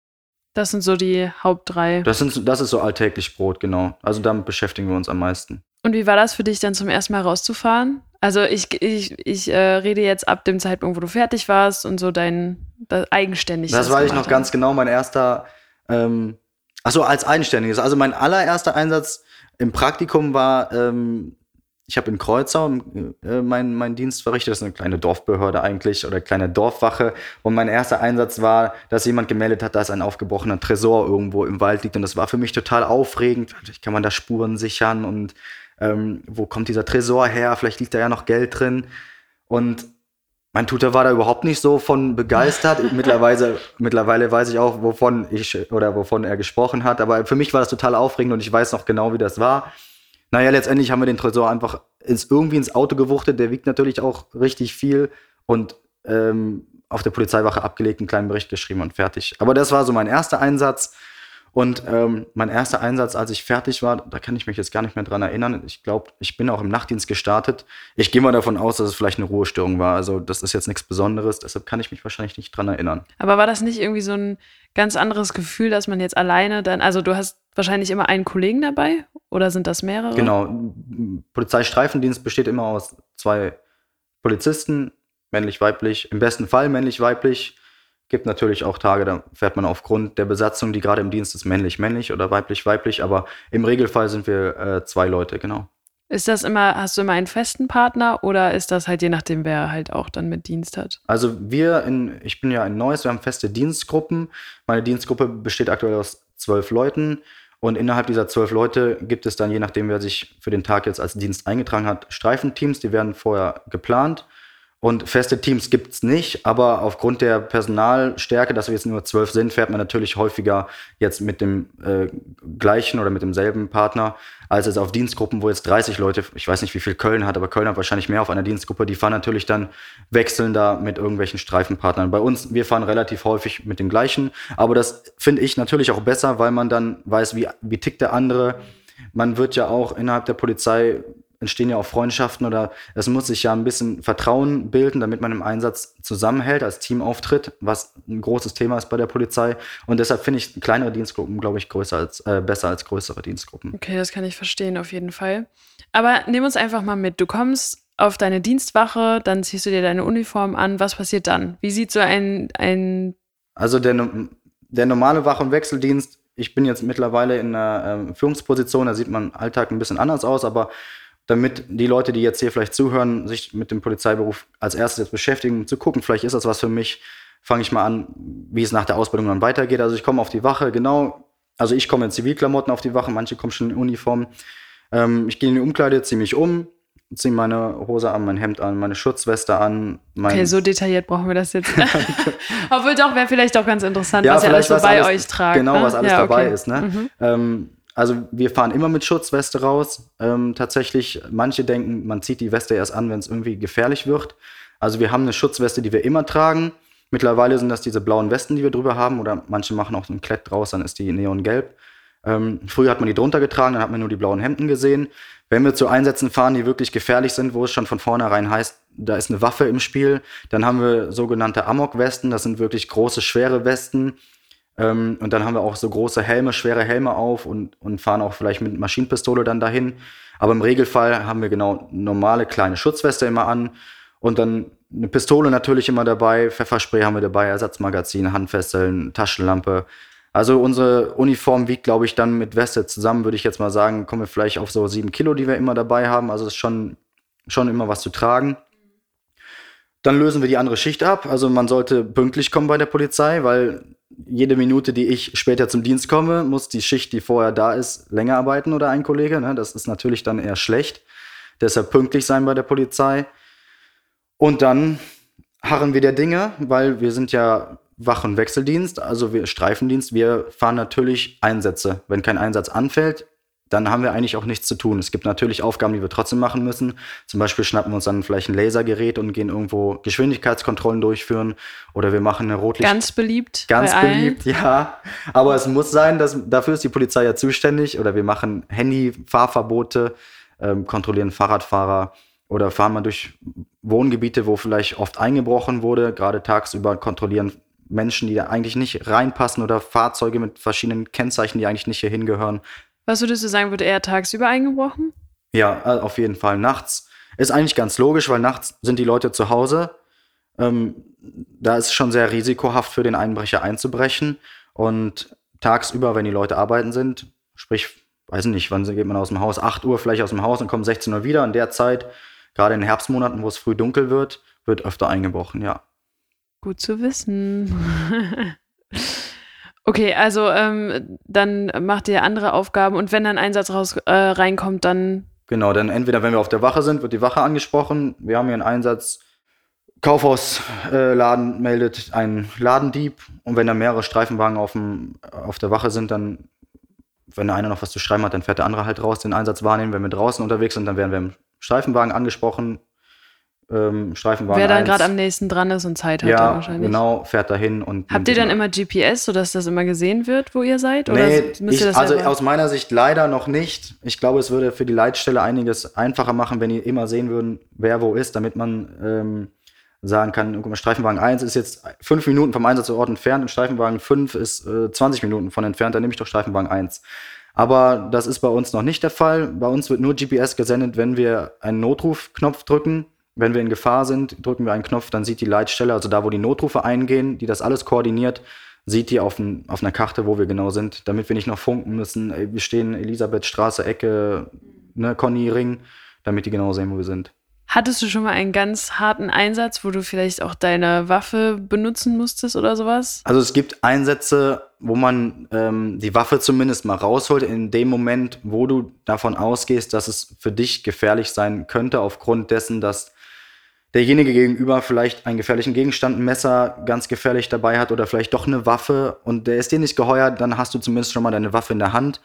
A: Das sind so die Haupt drei.
D: Das, sind, das ist so alltäglich Brot, genau. Also damit beschäftigen wir uns am meisten.
A: Und wie war das für dich dann zum ersten Mal rauszufahren? Also ich, ich, ich äh, rede jetzt ab dem Zeitpunkt, wo du fertig warst und so dein das eigenständig.
D: Das weiß ich noch ganz genau, mein erster, ähm, achso, als Eigenständiges. Also mein allererster Einsatz im Praktikum war, ähm, ich habe in Kreuzau äh, meinen mein Dienst verrichtet, das ist eine kleine Dorfbehörde eigentlich oder kleine Dorfwache. Und mein erster Einsatz war, dass jemand gemeldet hat, dass ein aufgebrochener Tresor irgendwo im Wald liegt. Und das war für mich total aufregend. Vielleicht kann man da Spuren sichern und ähm, wo kommt dieser Tresor her? Vielleicht liegt da ja noch Geld drin. Und mein Tutor war da überhaupt nicht so von begeistert. mittlerweile, mittlerweile weiß ich auch, wovon ich oder wovon er gesprochen hat. Aber für mich war das total aufregend und ich weiß noch genau, wie das war. Naja, letztendlich haben wir den Tresor einfach ist irgendwie ins Auto gewuchtet, der wiegt natürlich auch richtig viel und ähm, auf der Polizeiwache abgelegt, einen kleinen Bericht geschrieben und fertig. Aber das war so mein erster Einsatz. Und ähm, mein erster Einsatz, als ich fertig war, da kann ich mich jetzt gar nicht mehr dran erinnern. Ich glaube, ich bin auch im Nachtdienst gestartet. Ich gehe mal davon aus, dass es vielleicht eine Ruhestörung war. Also das ist jetzt nichts Besonderes, deshalb kann ich mich wahrscheinlich nicht dran erinnern.
A: Aber war das nicht irgendwie so ein ganz anderes Gefühl, dass man jetzt alleine dann, also du hast wahrscheinlich immer einen Kollegen dabei oder sind das mehrere?
D: Genau, Polizeistreifendienst besteht immer aus zwei Polizisten, männlich, weiblich, im besten Fall männlich, weiblich. Gibt natürlich auch Tage, da fährt man aufgrund der Besatzung, die gerade im Dienst ist, männlich, männlich oder weiblich, weiblich. Aber im Regelfall sind wir äh, zwei Leute, genau.
A: Ist das immer, hast du immer einen festen Partner oder ist das halt je nachdem, wer halt auch dann mit Dienst hat?
D: Also wir, in, ich bin ja in Neuss, wir haben feste Dienstgruppen. Meine Dienstgruppe besteht aktuell aus zwölf Leuten. Und innerhalb dieser zwölf Leute gibt es dann, je nachdem, wer sich für den Tag jetzt als Dienst eingetragen hat, Streifenteams, die werden vorher geplant. Und feste Teams gibt es nicht, aber aufgrund der Personalstärke, dass wir jetzt nur zwölf sind, fährt man natürlich häufiger jetzt mit dem äh, gleichen oder mit demselben Partner, als es auf Dienstgruppen, wo jetzt dreißig Leute, ich weiß nicht, wie viel Köln hat, aber Köln hat wahrscheinlich mehr auf einer Dienstgruppe, die fahren natürlich dann wechselnder mit irgendwelchen Streifenpartnern. Bei uns, wir fahren relativ häufig mit dem gleichen, aber das finde ich natürlich auch besser, weil man dann weiß, wie, wie tickt der andere. Man wird ja auch innerhalb der Polizei entstehen ja auch Freundschaften oder es muss sich ja ein bisschen Vertrauen bilden, damit man im Einsatz zusammenhält, als Team auftritt, was ein großes Thema ist bei der Polizei. Und deshalb finde ich kleinere Dienstgruppen, glaube ich, größer als, äh, besser als größere Dienstgruppen.
A: Okay, das kann ich verstehen, auf jeden Fall. Aber nimm uns einfach mal mit. Du kommst auf deine Dienstwache, dann ziehst du dir deine Uniform an. Was passiert dann? Wie sieht so ein... ein
D: also der, der normale Wach- und Wechseldienst, ich bin jetzt mittlerweile in einer äh, Führungsposition, da sieht mein Alltag ein bisschen anders aus, aber damit die Leute, die jetzt hier vielleicht zuhören, sich mit dem Polizeiberuf als erstes jetzt beschäftigen, um zu gucken, vielleicht ist das was für mich, fange ich mal an, wie es nach der Ausbildung dann weitergeht. Also ich komme auf die Wache, genau, also ich komme in Zivilklamotten auf die Wache, manche kommen schon in Uniform. Ähm, ich gehe in die Umkleide, ziehe mich um, ziehe meine Hose an, mein Hemd an, meine Schutzweste an. Mein
A: okay, so detailliert brauchen wir das jetzt. Obwohl doch, wäre vielleicht doch ganz interessant,
D: ja,
A: was ihr alles so bei
D: alles,
A: euch tragt.
D: Genau,
A: ne?
D: was alles
A: ja,
D: dabei
A: okay.
D: ist, ne?
A: Mhm.
D: Ähm, Also wir fahren immer mit Schutzweste raus. Ähm, tatsächlich, manche denken, man zieht die Weste erst an, wenn es irgendwie gefährlich wird. Also wir haben eine Schutzweste, die wir immer tragen. Mittlerweile sind das diese blauen Westen, die wir drüber haben. Oder manche machen auch so ein Klett draus, dann ist die neongelb. Ähm, früher hat man die drunter getragen, dann hat man nur die blauen Hemden gesehen. Wenn wir zu Einsätzen fahren, die wirklich gefährlich sind, wo es schon von vornherein heißt, da ist eine Waffe im Spiel, dann haben wir sogenannte Amok-Westen. Das sind wirklich große, schwere Westen. Ähm, und dann haben wir auch so große Helme, schwere Helme auf und, und fahren auch vielleicht mit Maschinenpistole dann dahin. Aber im Regelfall haben wir genau normale kleine Schutzweste immer an und dann eine Pistole natürlich immer dabei, Pfefferspray haben wir dabei, Ersatzmagazin, Handfesseln, Taschenlampe. Also unsere Uniform wiegt, glaube ich, dann mit Weste zusammen, würde ich jetzt mal sagen, kommen wir vielleicht auf so sieben Kilo, die wir immer dabei haben. Also es ist schon, schon immer was zu tragen. Dann lösen wir die andere Schicht ab. Also man sollte pünktlich kommen bei der Polizei, weil jede Minute, die ich später zum Dienst komme, muss die Schicht, die vorher da ist, länger arbeiten oder ein Kollege. Ne? Das ist natürlich dann eher schlecht. Deshalb pünktlich sein bei der Polizei. Und dann harren wir der Dinge, weil wir sind ja Wach- und Wechseldienst, also wir Streifendienst. Wir fahren natürlich Einsätze. Wenn kein Einsatz anfällt, dann haben wir eigentlich auch nichts zu tun. Es gibt natürlich Aufgaben, die wir trotzdem machen müssen. Zum Beispiel schnappen wir uns dann vielleicht ein Lasergerät und gehen irgendwo Geschwindigkeitskontrollen durchführen. Oder wir machen eine Rotlicht...
A: Ganz beliebt
D: Ganz
A: bei
D: beliebt, allen. Ja. Aber es muss sein, dass, dafür ist die Polizei ja zuständig. Oder wir machen Handy-Fahrverbote, ähm, kontrollieren Fahrradfahrer oder fahren mal durch Wohngebiete, wo vielleicht oft eingebrochen wurde. Gerade tagsüber kontrollieren Menschen, die da eigentlich nicht reinpassen oder Fahrzeuge mit verschiedenen Kennzeichen, die eigentlich nicht hier hingehören.
A: Was würdest du sagen, wird eher tagsüber eingebrochen?
D: Ja, auf jeden Fall. Nachts ist eigentlich ganz logisch, weil nachts sind die Leute zu Hause. Ähm, da ist es schon sehr risikohaft für den Einbrecher einzubrechen. Und tagsüber, wenn die Leute arbeiten sind, sprich, weiß nicht, wann geht man aus dem Haus? acht Uhr vielleicht aus dem Haus und kommt sechzehn Uhr wieder. In der Zeit, gerade in den Herbstmonaten, wo es früh dunkel wird, wird öfter eingebrochen, ja.
A: Gut zu wissen. Okay, also ähm, dann macht ihr andere Aufgaben und wenn dann ein Einsatz raus, äh, reinkommt, dann...
D: Genau, dann entweder, wenn wir auf der Wache sind, wird die Wache angesprochen. Wir haben hier einen Einsatz, Kaufhausladen äh, meldet einen Ladendieb und wenn da mehrere Streifenwagen auf, dem, auf der Wache sind, dann, wenn da einer noch was zu schreiben hat, dann fährt der andere halt raus, den Einsatz wahrnehmen. Wenn wir draußen unterwegs sind, dann werden wir im Streifenwagen angesprochen. Ähm, Streifenwagen
A: Wer dann
D: eins.
A: gerade am nächsten dran ist und Zeit hat,
D: Ja,
A: wahrscheinlich.
D: genau, fährt dahin. Und
A: Habt ihr dann immer G P S, sodass das immer gesehen wird, wo ihr seid? Oder
D: Nee,
A: müsst ihr
D: ich,
A: das
D: also
A: selber?
D: aus meiner Sicht leider noch nicht. Ich glaube, es würde für die Leitstelle einiges einfacher machen, wenn die immer sehen würden, wer wo ist, damit man ähm, sagen kann, guck mal, Streifenwagen eins ist jetzt fünf Minuten vom Einsatzort entfernt und Streifenwagen fünf ist äh, zwanzig Minuten von entfernt, dann nehme ich doch Streifenwagen eins. Aber das ist bei uns noch nicht der Fall. Bei uns wird nur G P S gesendet, wenn wir einen Notrufknopf drücken. Wenn wir in Gefahr sind, drücken wir einen Knopf, dann sieht die Leitstelle, also da, wo die Notrufe eingehen, die das alles koordiniert, sieht die auf, ein, auf einer Karte, wo wir genau sind, damit wir nicht noch funken müssen. Ey, wir stehen Elisabethstraße, Ecke, ne, Conny Ring, damit die genau sehen, wo wir sind.
A: Hattest du schon mal einen ganz harten Einsatz, wo du vielleicht auch deine Waffe benutzen musstest oder sowas?
D: Also es gibt Einsätze, wo man ähm, die Waffe zumindest mal rausholt, in dem Moment, wo du davon ausgehst, dass es für dich gefährlich sein könnte, aufgrund dessen, dass derjenige gegenüber vielleicht einen gefährlichen Gegenstand, ein Messer ganz gefährlich dabei hat oder vielleicht doch eine Waffe und der ist dir nicht geheuer, dann hast du zumindest schon mal deine Waffe in der Hand.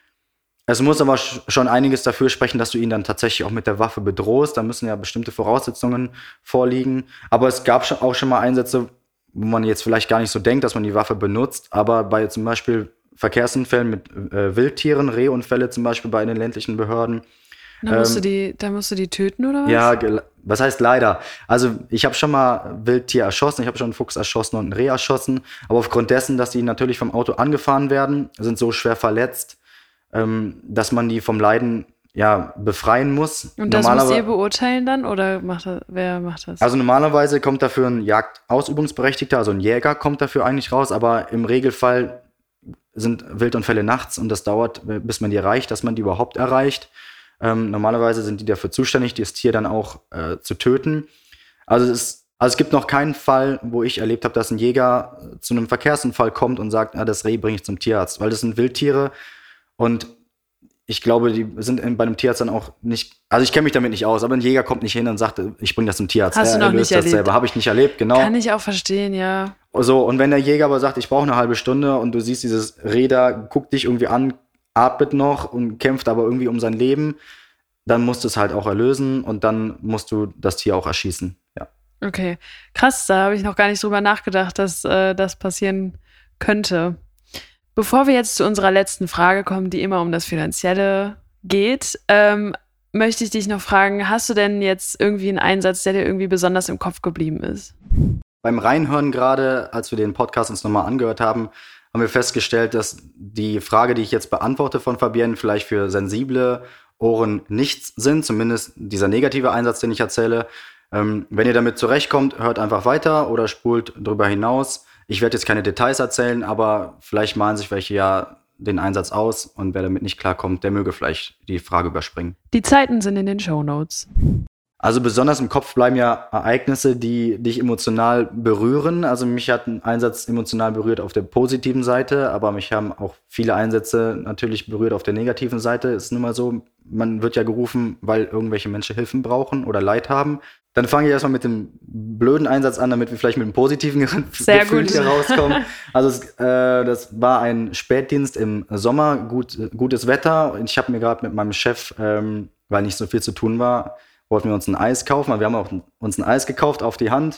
D: Es muss aber schon einiges dafür sprechen, dass du ihn dann tatsächlich auch mit der Waffe bedrohst. Da müssen ja bestimmte Voraussetzungen vorliegen. Aber es gab auch schon mal Einsätze, wo man jetzt vielleicht gar nicht so denkt, dass man die Waffe benutzt. Aber bei zum Beispiel Verkehrsunfällen mit äh, Wildtieren, Rehunfälle zum Beispiel bei den ländlichen Behörden.
A: Da musst,
D: ähm,
A: du die, da musst du die töten oder was?
D: Ja, ge- was heißt leider? Also ich habe schon mal Wildtier erschossen, ich habe schon einen Fuchs erschossen und einen Reh erschossen. Aber aufgrund dessen, dass die natürlich vom Auto angefahren werden, sind so schwer verletzt, ähm, dass man die vom Leiden ja befreien muss.
A: Und das müsst
D: Normalerweise-
A: ihr beurteilen dann? Oder macht das, wer macht das?
D: Also normalerweise kommt dafür ein Jagdausübungsberechtigter, also ein Jäger kommt dafür eigentlich raus, aber im Regelfall sind Wildunfälle nachts und das dauert, bis man die erreicht, dass man die überhaupt erreicht. Ähm, normalerweise sind die dafür zuständig, das Tier dann auch äh, zu töten. Also es, ist, also es gibt noch keinen Fall, wo ich erlebt habe, dass ein Jäger äh, zu einem Verkehrsunfall kommt und sagt, ah, das Reh bringe ich zum Tierarzt, weil das sind Wildtiere und ich glaube, die sind in, bei einem Tierarzt dann auch nicht, also ich kenne mich damit nicht aus, aber ein Jäger kommt nicht hin und sagt, ich bringe das zum Tierarzt.
A: Hast du
D: er,
A: noch
D: er löst
A: nicht
D: das
A: erlebt?
D: selber. Habe ich nicht erlebt, genau.
A: Kann ich auch verstehen, ja.
D: So, und wenn der Jäger aber sagt, ich brauche eine halbe Stunde und du siehst dieses Reh da, guckt dich irgendwie an, atmet noch und kämpft aber irgendwie um sein Leben, dann musst du es halt auch erlösen und dann musst du das Tier auch erschießen. Ja.
A: Okay, krass, da habe ich noch gar nicht drüber nachgedacht, dass äh, das passieren könnte. Bevor wir jetzt zu unserer letzten Frage kommen, die immer um das Finanzielle geht, ähm, möchte ich dich noch fragen, hast du denn jetzt irgendwie einen Einsatz, der dir irgendwie besonders im Kopf geblieben ist?
D: Beim Reinhören gerade, als wir den Podcast uns nochmal angehört haben, haben wir festgestellt, dass die Frage, die ich jetzt beantworte von Fabienne, vielleicht für sensible Ohren nichts sind, zumindest dieser negative Einsatz, den ich erzähle. Ähm, wenn ihr damit zurechtkommt, hört einfach weiter oder spult drüber hinaus. Ich werde jetzt keine Details erzählen, aber vielleicht malen sich welche ja den Einsatz aus und wer damit nicht klarkommt, der möge vielleicht die Frage überspringen.
A: Die Zeiten sind in den Shownotes.
D: Also besonders im Kopf bleiben ja Ereignisse, die dich emotional berühren. Also mich hat ein Einsatz emotional berührt auf der positiven Seite, aber mich haben auch viele Einsätze natürlich berührt auf der negativen Seite. Ist nun mal so, man wird ja gerufen, weil irgendwelche Menschen Hilfen brauchen oder Leid haben. Dann fange ich erstmal mit dem blöden Einsatz an, damit wir vielleicht mit dem positiven
A: Sehr
D: Gefühl
A: gut.
D: hier rauskommen. Also es, äh, das war ein Spätdienst im Sommer, gut, gutes Wetter. Ich habe mir gerade mit meinem Chef, ähm, weil nicht so viel zu tun war, wollten wir uns ein Eis kaufen. Wir haben auch uns ein Eis gekauft auf die Hand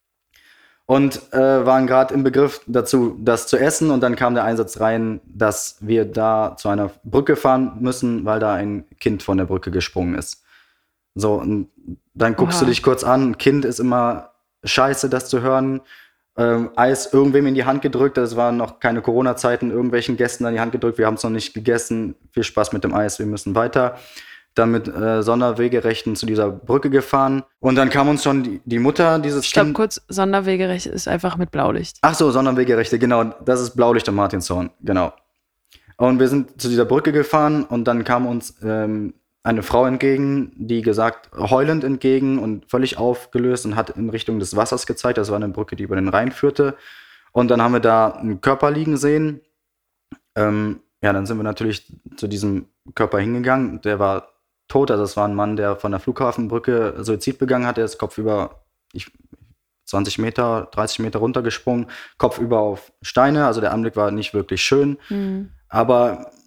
D: und äh, waren gerade im Begriff dazu, das zu essen. Und dann kam der Einsatz rein, dass wir da zu einer Brücke fahren müssen, weil da ein Kind von der Brücke gesprungen ist. So, und dann guckst
A: Oha.
D: du dich kurz an. Ein Kind ist immer scheiße, das zu hören. Ähm, Eis irgendwem in die Hand gedrückt. Das waren noch keine Corona-Zeiten. Irgendwelchen Gästen an die Hand gedrückt. Wir haben es noch nicht gegessen. Viel Spaß mit dem Eis. Wir müssen weiter. Dann mit äh, Sonderwegerechten zu dieser Brücke gefahren. Und dann kam uns schon die, die Mutter dieses
A: Stopp,
D: Kind.
A: kurz, Sonderwegerecht ist einfach mit Blaulicht.
D: Ach so, Sonderwegerechte, genau. Das ist Blaulicht am Martinshorn, genau. Und wir sind zu dieser Brücke gefahren und dann kam uns ähm, eine Frau entgegen, die gesagt, heulend entgegen und völlig aufgelöst und hat in Richtung des Wassers gezeigt. Das war eine Brücke, die über den Rhein führte. Und dann haben wir da einen Körper liegen sehen. Ähm, ja, dann sind wir natürlich zu diesem Körper hingegangen. Der war tot, also es war ein Mann, der von der Flughafenbrücke Suizid begangen hat. Er ist kopfüber ich, zwanzig Meter, dreißig Meter runtergesprungen, kopfüber auf Steine. Also der Anblick war nicht wirklich schön.
A: Mhm.
D: Aber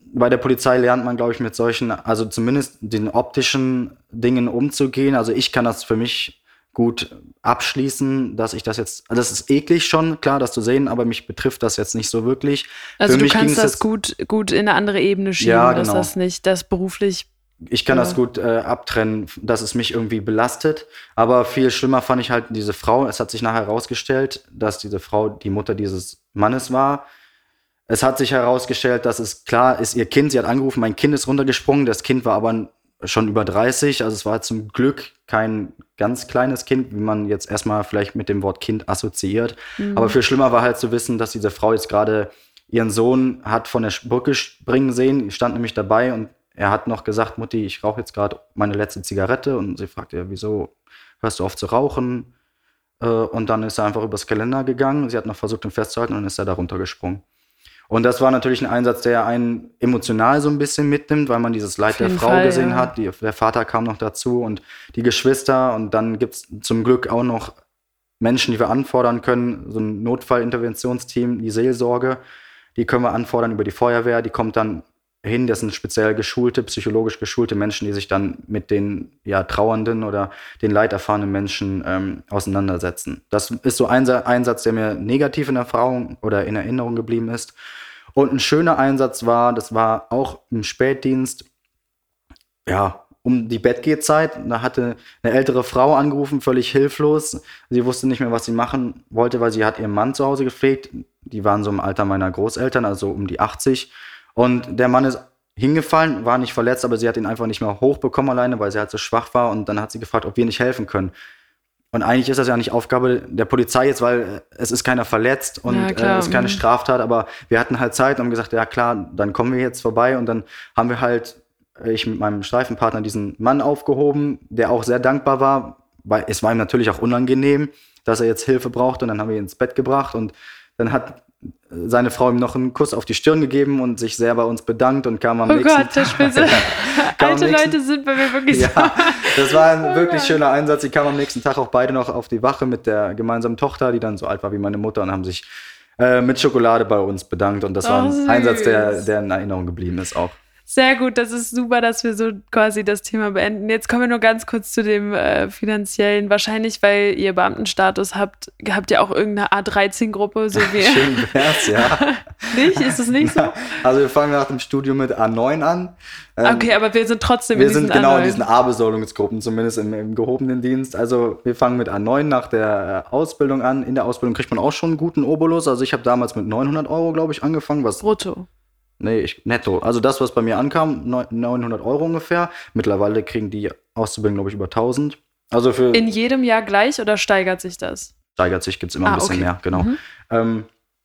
D: bei der Polizei lernt man, glaube ich, mit solchen, also zumindest den optischen Dingen umzugehen. Also ich kann das für mich gut abschließen, dass ich das jetzt, also das ist eklig schon, klar, das zu sehen, aber mich betrifft das jetzt nicht so wirklich.
A: Also
D: für
A: du
D: mich
A: kannst das
D: jetzt,
A: gut, gut in eine andere Ebene schieben,
D: Ja,
A: dass
D: genau.
A: das nicht, das beruflich.
D: Ich kann
A: Ja.
D: das gut äh, abtrennen, dass es mich irgendwie belastet. Aber viel schlimmer fand ich halt diese Frau. Es hat sich nachher herausgestellt, dass diese Frau die Mutter dieses Mannes war. Es hat sich herausgestellt, dass es klar ist, ihr Kind, sie hat angerufen, mein Kind ist runtergesprungen. Das Kind war aber schon über dreißig. Also es war zum Glück kein ganz kleines Kind, wie man jetzt erstmal vielleicht mit dem Wort Kind assoziiert.
A: Mhm.
D: Aber viel schlimmer war halt zu wissen, dass diese Frau jetzt gerade ihren Sohn hat von der Brücke springen sehen. Ich stand nämlich dabei und er hat noch gesagt, Mutti, ich rauche jetzt gerade meine letzte Zigarette. Und sie fragte, ja, wieso hörst du auf zu rauchen? Äh, und dann ist er einfach übers Geländer gegangen. Sie hat noch versucht, ihn festzuhalten und dann ist er da runtergesprungen. Und das war natürlich ein Einsatz, der einen emotional so ein bisschen mitnimmt, weil man dieses Leid
A: Auf
D: der
A: jeden
D: Frau
A: Fall,
D: gesehen
A: ja.
D: hat. Die, der Vater kam noch dazu und die Geschwister. Und dann gibt es zum Glück auch noch Menschen, die wir anfordern können. So ein Notfallinterventionsteam, die Seelsorge, die können wir anfordern über die Feuerwehr. Die kommt dann hin, das sind speziell geschulte, psychologisch geschulte Menschen, die sich dann mit den ja, trauernden oder den leiderfahrenen Menschen ähm, auseinandersetzen. Das ist so ein Sa- Einsatz, der mir negativ in Erfahrung oder in Erinnerung geblieben ist. Und ein schöner Einsatz war, das war auch im Spätdienst, ja, um die Bettgehzeit. Da hatte eine ältere Frau angerufen, völlig hilflos. Sie wusste nicht mehr, was sie machen wollte, weil sie hat ihren Mann zu Hause gepflegt. Die waren so im Alter meiner Großeltern, also um die achtzig. Und der Mann ist hingefallen, war nicht verletzt, aber sie hat ihn einfach nicht mehr hochbekommen alleine, weil sie halt so schwach war. Und dann hat sie gefragt, ob wir nicht helfen können. Und eigentlich ist das ja nicht Aufgabe der Polizei jetzt, weil es ist keiner verletzt und
A: Ja,
D: äh,
A: klar.
D: es ist keine
A: Mhm.
D: Straftat. Aber wir hatten halt Zeit und haben gesagt, ja klar, dann kommen wir jetzt vorbei. Und dann haben wir halt, äh, ich mit meinem Streifenpartner, diesen Mann aufgehoben, der auch sehr dankbar war, weil es war ihm natürlich auch unangenehm, dass er jetzt Hilfe braucht. Und dann haben wir ihn ins Bett gebracht und dann hat seine Frau ihm noch einen Kuss auf die Stirn gegeben und sich sehr bei uns bedankt und kam am
A: Oh
D: nächsten
A: Gott, der Spitze.
D: Kam am
A: Alte
D: nächsten-
A: Leute sind bei mir wirklich so.
D: Ja, das war ein
A: Oh
D: wirklich
A: Gott.
D: schöner Einsatz. Sie kamen am nächsten Tag auch beide noch auf die Wache mit der gemeinsamen Tochter, die dann so alt war wie meine Mutter und haben sich äh, mit Schokolade bei uns bedankt. Und das war
A: Oh,
D: ein
A: süß.
D: Einsatz, der, der in Erinnerung geblieben ist auch.
A: Sehr gut, das ist super, dass wir so quasi das Thema beenden. Jetzt kommen wir nur ganz kurz zu dem äh, finanziellen. Wahrscheinlich, weil ihr Beamtenstatus habt, habt ihr auch irgendeine A dreizehn Gruppe, so wie
D: Schön wär's, ja.
A: nicht? Ist es nicht so?
D: Also wir fangen nach dem Studium mit A neun an. Ähm,
A: Okay, aber wir sind trotzdem
D: Wir
A: in diesen
D: sind genau in
A: anderen.
D: diesen A-Besoldungsgruppen, zumindest im, im gehobenen Dienst. Also wir fangen mit A neun nach der äh, Ausbildung an. In der Ausbildung kriegt man auch schon einen guten Obolus. Also ich habe damals mit neunhundert Euro, glaube ich, angefangen. Was,
A: Brutto.
D: nee, ich, netto. Also das, was bei mir ankam, neun- neunhundert Euro ungefähr. Mittlerweile kriegen die Auszubildenden, glaube ich, über tausend. Also für
A: In jedem Jahr gleich oder steigert sich das?
D: steigert sich, gibt es immer
A: Ah,
D: ein bisschen
A: okay.
D: mehr, genau.
A: Mhm.
D: Ähm,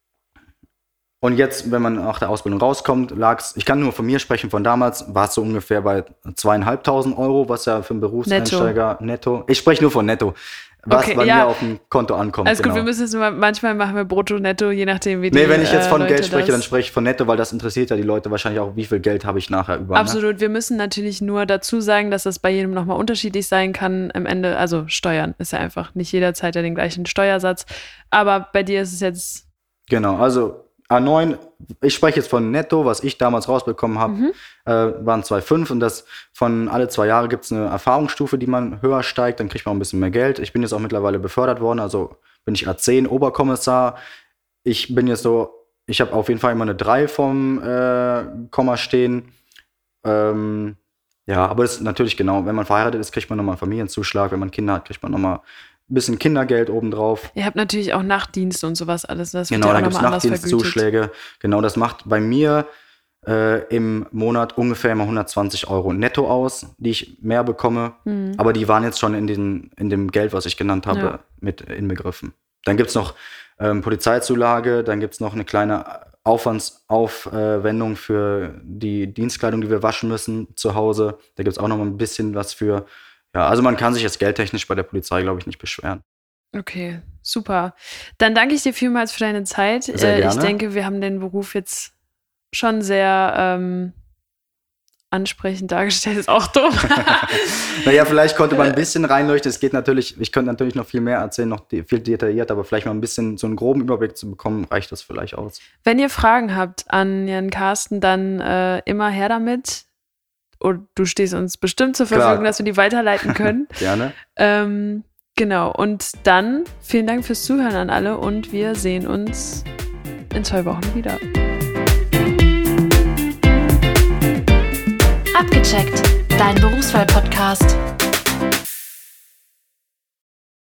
D: und jetzt, wenn man nach der Ausbildung rauskommt, lag's, ich kann nur von mir sprechen, von damals war es so ungefähr bei zweieinhalbtausend Euro, was ja für einen Berufseinsteiger netto. Ich spreche nur von netto, was
A: Okay,
D: bei
A: ja.
D: mir auf dem Konto ankommt.
A: Alles
D: genau.
A: gut, wir müssen es nur, manchmal machen wir brutto, netto, je nachdem, wie die
D: Nee, wenn ich jetzt
A: äh,
D: von
A: Leute
D: Geld spreche,
A: das-
D: dann spreche ich von netto, weil das interessiert ja die Leute wahrscheinlich auch, wie viel Geld habe ich nachher über. Ne?
A: Absolut. Wir müssen natürlich nur dazu sagen, dass das bei jedem nochmal unterschiedlich sein kann. Am Ende, also Steuern ist ja einfach nicht jederzeit ja den gleichen Steuersatz. Aber bei dir ist es jetzt.
D: Genau, also A neun, ich spreche jetzt von netto, was ich damals rausbekommen habe,
A: Mhm.
D: äh, waren zwei Komma fünf und das von alle zwei Jahre gibt es eine Erfahrungsstufe, die man höher steigt, dann kriegt man ein bisschen mehr Geld. Ich bin jetzt auch mittlerweile befördert worden, also bin ich A zehn Oberkommissar. Ich bin jetzt so, ich habe auf jeden Fall immer eine drei vom äh, Komma stehen. Ähm, ja, aber das ist natürlich genau, wenn man verheiratet ist, kriegt man nochmal einen Familienzuschlag, wenn man Kinder hat, kriegt man nochmal ein bisschen Kindergeld obendrauf.
A: Ihr habt natürlich auch Nachtdienste und sowas alles. Das wird
D: Genau,
A: ja auch
D: dann gibt es
A: nochmal anders vergütet.
D: Nachtdienstzuschläge. Genau, das macht bei mir äh, im Monat ungefähr immer hundertzwanzig Euro netto aus, die ich mehr bekomme.
A: Mhm.
D: Aber die waren jetzt schon in, den, in dem Geld, was ich genannt habe,
A: Ja.
D: mit inbegriffen. Dann gibt es noch ähm, Polizeizulage, dann gibt es noch eine kleine Aufwandsaufwendung für die Dienstkleidung, die wir waschen müssen zu Hause. Da gibt es auch noch mal ein bisschen was für. Ja, also man kann sich jetzt geldtechnisch bei der Polizei, glaube ich, nicht beschweren.
A: Okay, super. Dann danke ich dir vielmals für deine Zeit.
D: Sehr
A: Äh, Ich
D: gerne.
A: denke, wir haben den Beruf jetzt schon sehr ähm, ansprechend dargestellt, ist auch doof.
D: Naja, vielleicht konnte man ein bisschen reinleuchten. Es geht natürlich, ich könnte natürlich noch viel mehr erzählen, noch de- viel detailliert, aber vielleicht mal ein bisschen so einen groben Überblick zu bekommen, reicht das vielleicht aus.
A: Wenn ihr Fragen habt an Jan Carsten, dann äh, immer her damit. Und du stehst uns bestimmt zur Verfügung,
D: Klar.
A: dass wir die weiterleiten können.
D: Gerne.
A: ähm, genau, und dann vielen Dank fürs Zuhören an alle und wir sehen uns in zwei Wochen wieder.
C: Abgecheckt, dein Berufswahl-Podcast.